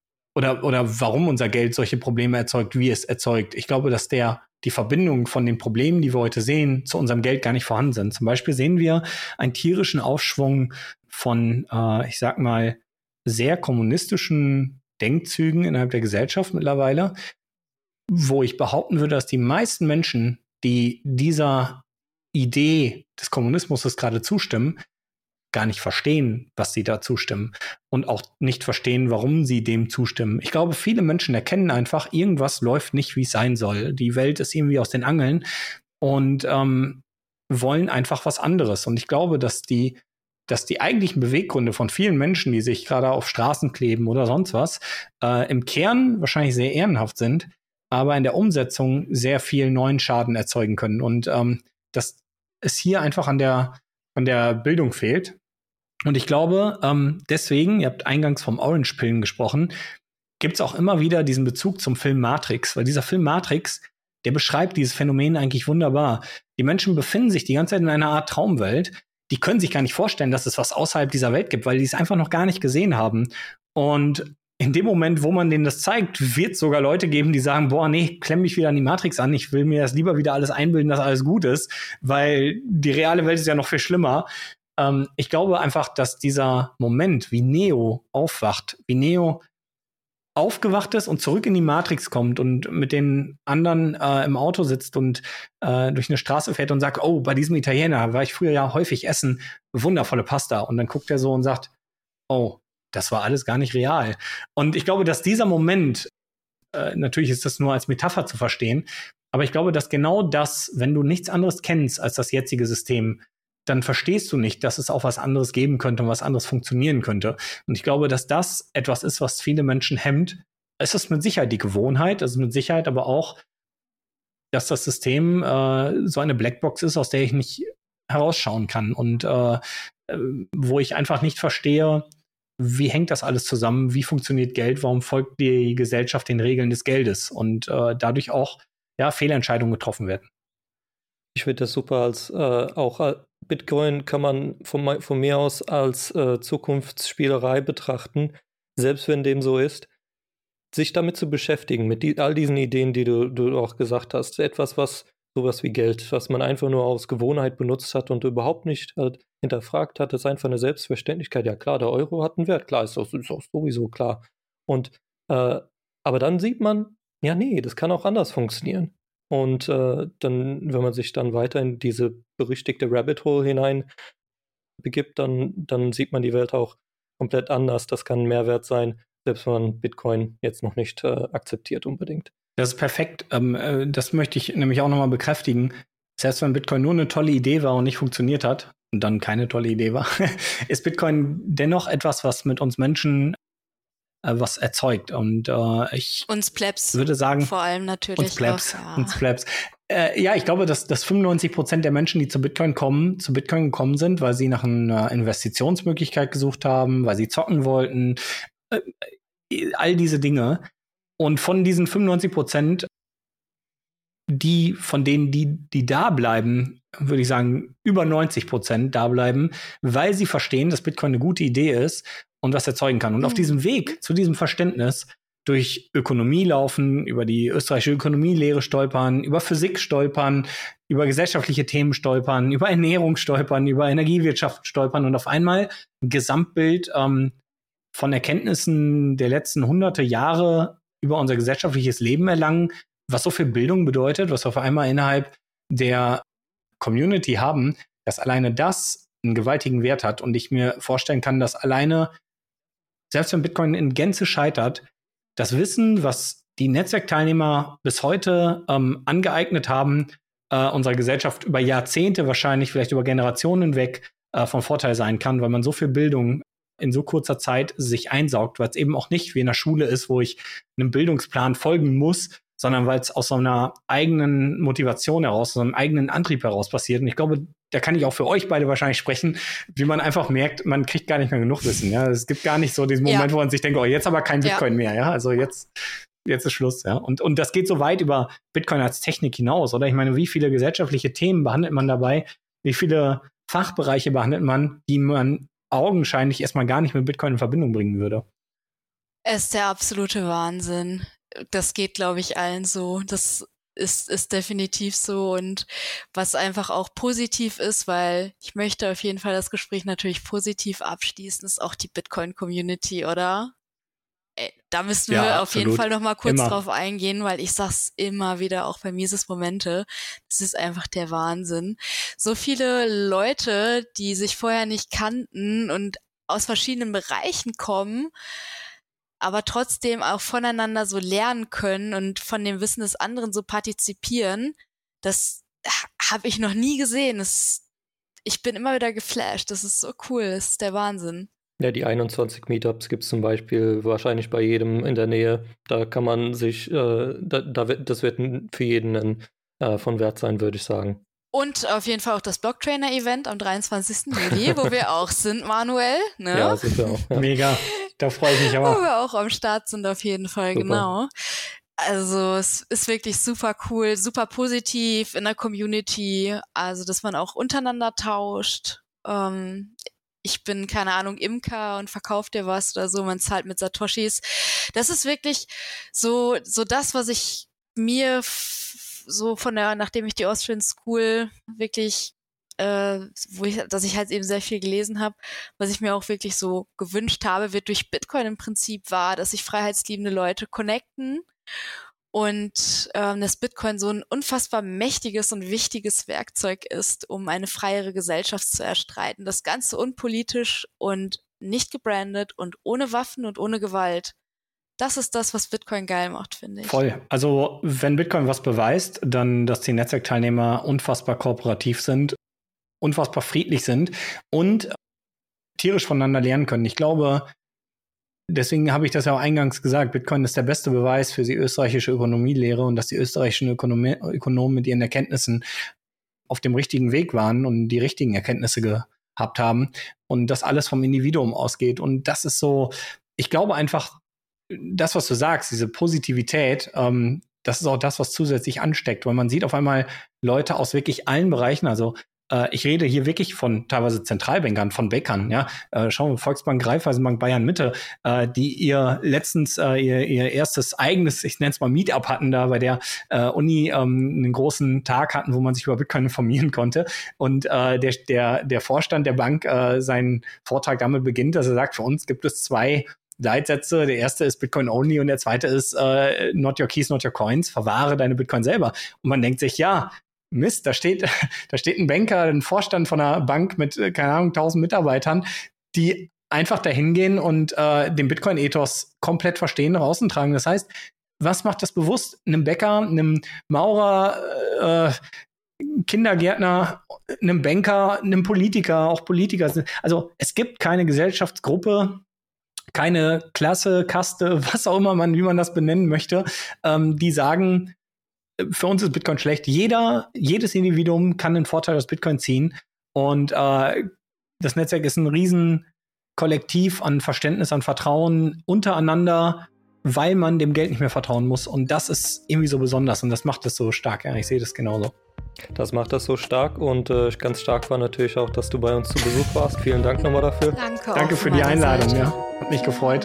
warum unser Geld solche Probleme erzeugt, wie es erzeugt. Ich glaube, dass die Verbindung von den Problemen, die wir heute sehen, zu unserem Geld gar nicht vorhanden sind. Zum Beispiel sehen wir einen tierischen Aufschwung von, ich sag mal, sehr kommunistischen Denkzügen innerhalb der Gesellschaft mittlerweile, wo ich behaupten würde, dass die meisten Menschen, die dieser Idee des Kommunismus gerade zustimmen, gar nicht verstehen, was sie da zustimmen und auch nicht verstehen, warum sie dem zustimmen. Ich glaube, viele Menschen erkennen einfach, irgendwas läuft nicht, wie es sein soll. Die Welt ist irgendwie aus den Angeln und wollen einfach was anderes. Und ich glaube, dass die eigentlichen Beweggründe von vielen Menschen, die sich gerade auf Straßen kleben oder sonst was, im Kern wahrscheinlich sehr ehrenhaft sind, aber in der Umsetzung sehr viel neuen Schaden erzeugen können. Und dass es hier einfach an der Bildung fehlt. Und ich glaube, deswegen, ihr habt eingangs vom Orange-Pillen gesprochen, gibt es auch immer wieder diesen Bezug zum Film Matrix, weil dieser Film Matrix, der beschreibt dieses Phänomen eigentlich wunderbar. Die Menschen befinden sich die ganze Zeit in einer Art Traumwelt. Die können sich gar nicht vorstellen, dass es was außerhalb dieser Welt gibt, weil die es einfach noch gar nicht gesehen haben. Und in dem Moment, wo man denen das zeigt, wird es sogar Leute geben, die sagen, boah, nee, klemm mich wieder an die Matrix an, ich will mir das lieber wieder alles einbilden, dass alles gut ist, weil die reale Welt ist ja noch viel schlimmer. Ich glaube einfach, dass dieser Moment, wie Neo aufwacht, wie Neo aufgewacht ist und zurück in die Matrix kommt und mit den anderen im Auto sitzt und durch eine Straße fährt und sagt, oh, bei diesem Italiener war ich früher ja häufig essen, wundervolle Pasta. Und dann guckt er so und sagt, oh, das war alles gar nicht real. Und ich glaube, dass dieser Moment, natürlich ist das nur als Metapher zu verstehen, aber ich glaube, dass genau das, wenn du nichts anderes kennst als das jetzige System, dann verstehst du nicht, dass es auch was anderes geben könnte und was anderes funktionieren könnte. Und ich glaube, dass das etwas ist, was viele Menschen hemmt. Es ist mit Sicherheit die Gewohnheit, es ist mit Sicherheit aber auch, dass das System so eine Blackbox ist, aus der ich nicht herausschauen kann und wo ich einfach nicht verstehe, wie hängt das alles zusammen, wie funktioniert Geld, warum folgt die Gesellschaft den Regeln des Geldes und dadurch auch Fehlentscheidungen getroffen werden. Ich finde das super, als auch Bitcoin kann man von mir aus als Zukunftsspielerei betrachten, selbst wenn dem so ist, sich damit zu beschäftigen, mit all diesen Ideen, die du auch gesagt hast. Etwas, was sowas wie Geld, was man einfach nur aus Gewohnheit benutzt hat und überhaupt nicht halt hinterfragt hat, ist einfach eine Selbstverständlichkeit. Ja klar, der Euro hat einen Wert, klar, ist auch sowieso klar. Und aber dann sieht man, ja nee, das kann auch anders funktionieren. Und dann, wenn man sich dann weiter in diese berüchtigte Rabbit Hole hinein begibt, dann sieht man die Welt auch komplett anders. Das kann ein Mehrwert sein, selbst wenn man Bitcoin jetzt noch nicht akzeptiert unbedingt. Das ist perfekt. Das möchte ich nämlich auch nochmal bekräftigen. Selbst wenn Bitcoin nur eine tolle Idee war und nicht funktioniert hat und dann keine tolle Idee war, ist Bitcoin dennoch etwas, was mit uns Menschen was erzeugt. Und ich uns Plebs würde sagen, vor allem natürlich. Uns Plebs. Ich glaube, dass 95% der Menschen, die zu Bitcoin gekommen sind, weil sie nach einer Investitionsmöglichkeit gesucht haben, weil sie zocken wollten, all diese Dinge. Und von diesen 95%, von denen, die da bleiben, würde ich sagen, über 90% da bleiben, weil sie verstehen, dass Bitcoin eine gute Idee ist und was erzeugen kann. Und auf diesem Weg zu diesem Verständnis durch Ökonomie laufen, über die österreichische Ökonomielehre stolpern, über Physik stolpern, über gesellschaftliche Themen stolpern, über Ernährung stolpern, über Energiewirtschaft stolpern und auf einmal ein Gesamtbild von Erkenntnissen der letzten hunderte Jahre über unser gesellschaftliches Leben erlangen, was so viel Bildung bedeutet, was wir auf einmal innerhalb der Community haben, dass alleine das einen gewaltigen Wert hat und ich mir vorstellen kann, dass alleine, selbst wenn Bitcoin in Gänze scheitert, das Wissen, was die Netzwerkteilnehmer bis heute angeeignet haben, unserer Gesellschaft über Jahrzehnte wahrscheinlich, vielleicht über Generationen hinweg von Vorteil sein kann, weil man so viel Bildung in so kurzer Zeit sich einsaugt, weil es eben auch nicht wie in der Schule ist, wo ich einem Bildungsplan folgen muss, sondern weil es aus so einer eigenen Motivation heraus, so einem eigenen Antrieb heraus passiert. Und ich glaube, da kann ich auch für euch beide wahrscheinlich sprechen, wie man einfach merkt, man kriegt gar nicht mehr genug Wissen. Ja, es gibt gar nicht so diesen Moment, wo man sich denkt, oh, jetzt aber kein Bitcoin mehr. Ja, also jetzt ist Schluss. Ja, und das geht so weit über Bitcoin als Technik hinaus, oder? Ich meine, wie viele gesellschaftliche Themen behandelt man dabei? Wie viele Fachbereiche behandelt man, die man augenscheinlich erstmal gar nicht mit Bitcoin in Verbindung bringen würde? Es ist der absolute Wahnsinn. Das geht, glaube ich, allen so. Das ist definitiv so. Und was einfach auch positiv ist, weil ich möchte auf jeden Fall das Gespräch natürlich positiv abschließen, ist auch die Bitcoin-Community, oder? Da müssen wir auf jeden Fall noch mal kurz drauf eingehen, weil ich sag's immer wieder, auch bei Mises-Momente, das ist einfach der Wahnsinn. So viele Leute, die sich vorher nicht kannten und aus verschiedenen Bereichen kommen, aber trotzdem auch voneinander so lernen können und von dem Wissen des anderen so partizipieren, das habe ich noch nie gesehen. Ich bin immer wieder geflasht. Das ist so cool. Das ist der Wahnsinn. Ja, die 21 Meetups gibt es zum Beispiel wahrscheinlich bei jedem in der Nähe. Da kann man sich, das wird für jeden von Wert sein, würde ich sagen. Und auf jeden Fall auch das Blocktrainer-Event am 23. Juli, wo wir auch sind, Manuel. Ne? Ja, sind wir auch. Ja. Mega, da freue ich mich aber. Wo wir auch am Start sind auf jeden Fall, super. Genau. Also es ist wirklich super cool, super positiv in der Community, also dass man auch untereinander tauscht. Ich bin, keine Ahnung, Imker und verkauft dir was oder so, man zahlt mit Satoshis. Das ist wirklich so das, was ich mir so nachdem ich die Austrian School wirklich, dass ich halt eben sehr viel gelesen habe, was ich mir auch wirklich so gewünscht habe, wird durch Bitcoin im Prinzip wahr, dass sich freiheitsliebende Leute connecten und dass Bitcoin so ein unfassbar mächtiges und wichtiges Werkzeug ist, um eine freiere Gesellschaft zu erstreiten. Das Ganze unpolitisch und nicht gebrandet und ohne Waffen und ohne Gewalt. Das ist das, was Bitcoin geil macht, finde ich. Voll. Also wenn Bitcoin was beweist, dann, dass die Netzwerkteilnehmer unfassbar kooperativ sind unfassbar friedlich sind und tierisch voneinander lernen können. Ich glaube, deswegen habe ich das ja auch eingangs gesagt, Bitcoin ist der beste Beweis für die österreichische Ökonomielehre und dass die österreichischen Ökonomen mit ihren Erkenntnissen auf dem richtigen Weg waren und die richtigen Erkenntnisse gehabt haben und das alles vom Individuum ausgeht. Und das ist so, ich glaube einfach, das, was du sagst, diese Positivität, das ist auch das, was zusätzlich ansteckt, weil man sieht auf einmal Leute aus wirklich allen Bereichen, also ich rede hier wirklich von teilweise Zentralbankern, von Bäckern, ja. Schauen wir, Volksbank, Raiffeisenbank, Bayern Mitte, die ihr letztens ihr erstes eigenes, ich nenne es mal Meetup hatten, da bei der Uni einen großen Tag hatten, wo man sich über Bitcoin informieren konnte. Und der Vorstand der Bank seinen Vortrag damit beginnt, dass er sagt, für uns gibt es 2 Leitsätze. Der erste ist Bitcoin only und der zweite ist not your keys, not your coins. Verwahre deine Bitcoin selber. Und man denkt sich, ja, Mist, da steht ein Banker, ein Vorstand von einer Bank mit, keine Ahnung, 1000 Mitarbeitern, die einfach dahin gehen und den Bitcoin-Ethos komplett verstehen, nach außen tragen. Das heißt, was macht das bewusst? Einem Bäcker, einem Maurer, Kindergärtner, einem Banker, einem Politiker, auch Politiker. Also es gibt keine Gesellschaftsgruppe, keine Klasse, Kaste, was auch immer wie man das benennen möchte, die sagen, für uns ist Bitcoin schlecht. Jedes Individuum kann den Vorteil aus Bitcoin ziehen. Und das Netzwerk ist ein riesen Kollektiv an Verständnis, an Vertrauen untereinander, weil man dem Geld nicht mehr vertrauen muss. Und das ist irgendwie so besonders und das macht es so stark. Ja, ich sehe das genauso. Das macht das so stark und ganz stark war natürlich auch, dass du bei uns zu Besuch warst. Vielen Dank nochmal dafür. Danke für die Einladung. Ja. Hat mich gefreut.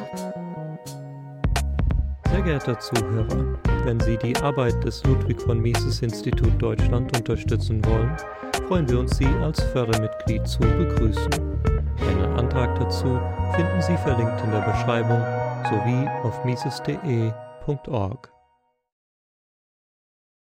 Sehr geehrter Zuhörer, wenn Sie die Arbeit des Ludwig von Mises Institut Deutschland unterstützen wollen, freuen wir uns, Sie als Fördermitglied zu begrüßen. Einen Antrag dazu finden Sie verlinkt in der Beschreibung sowie auf mises.de.org.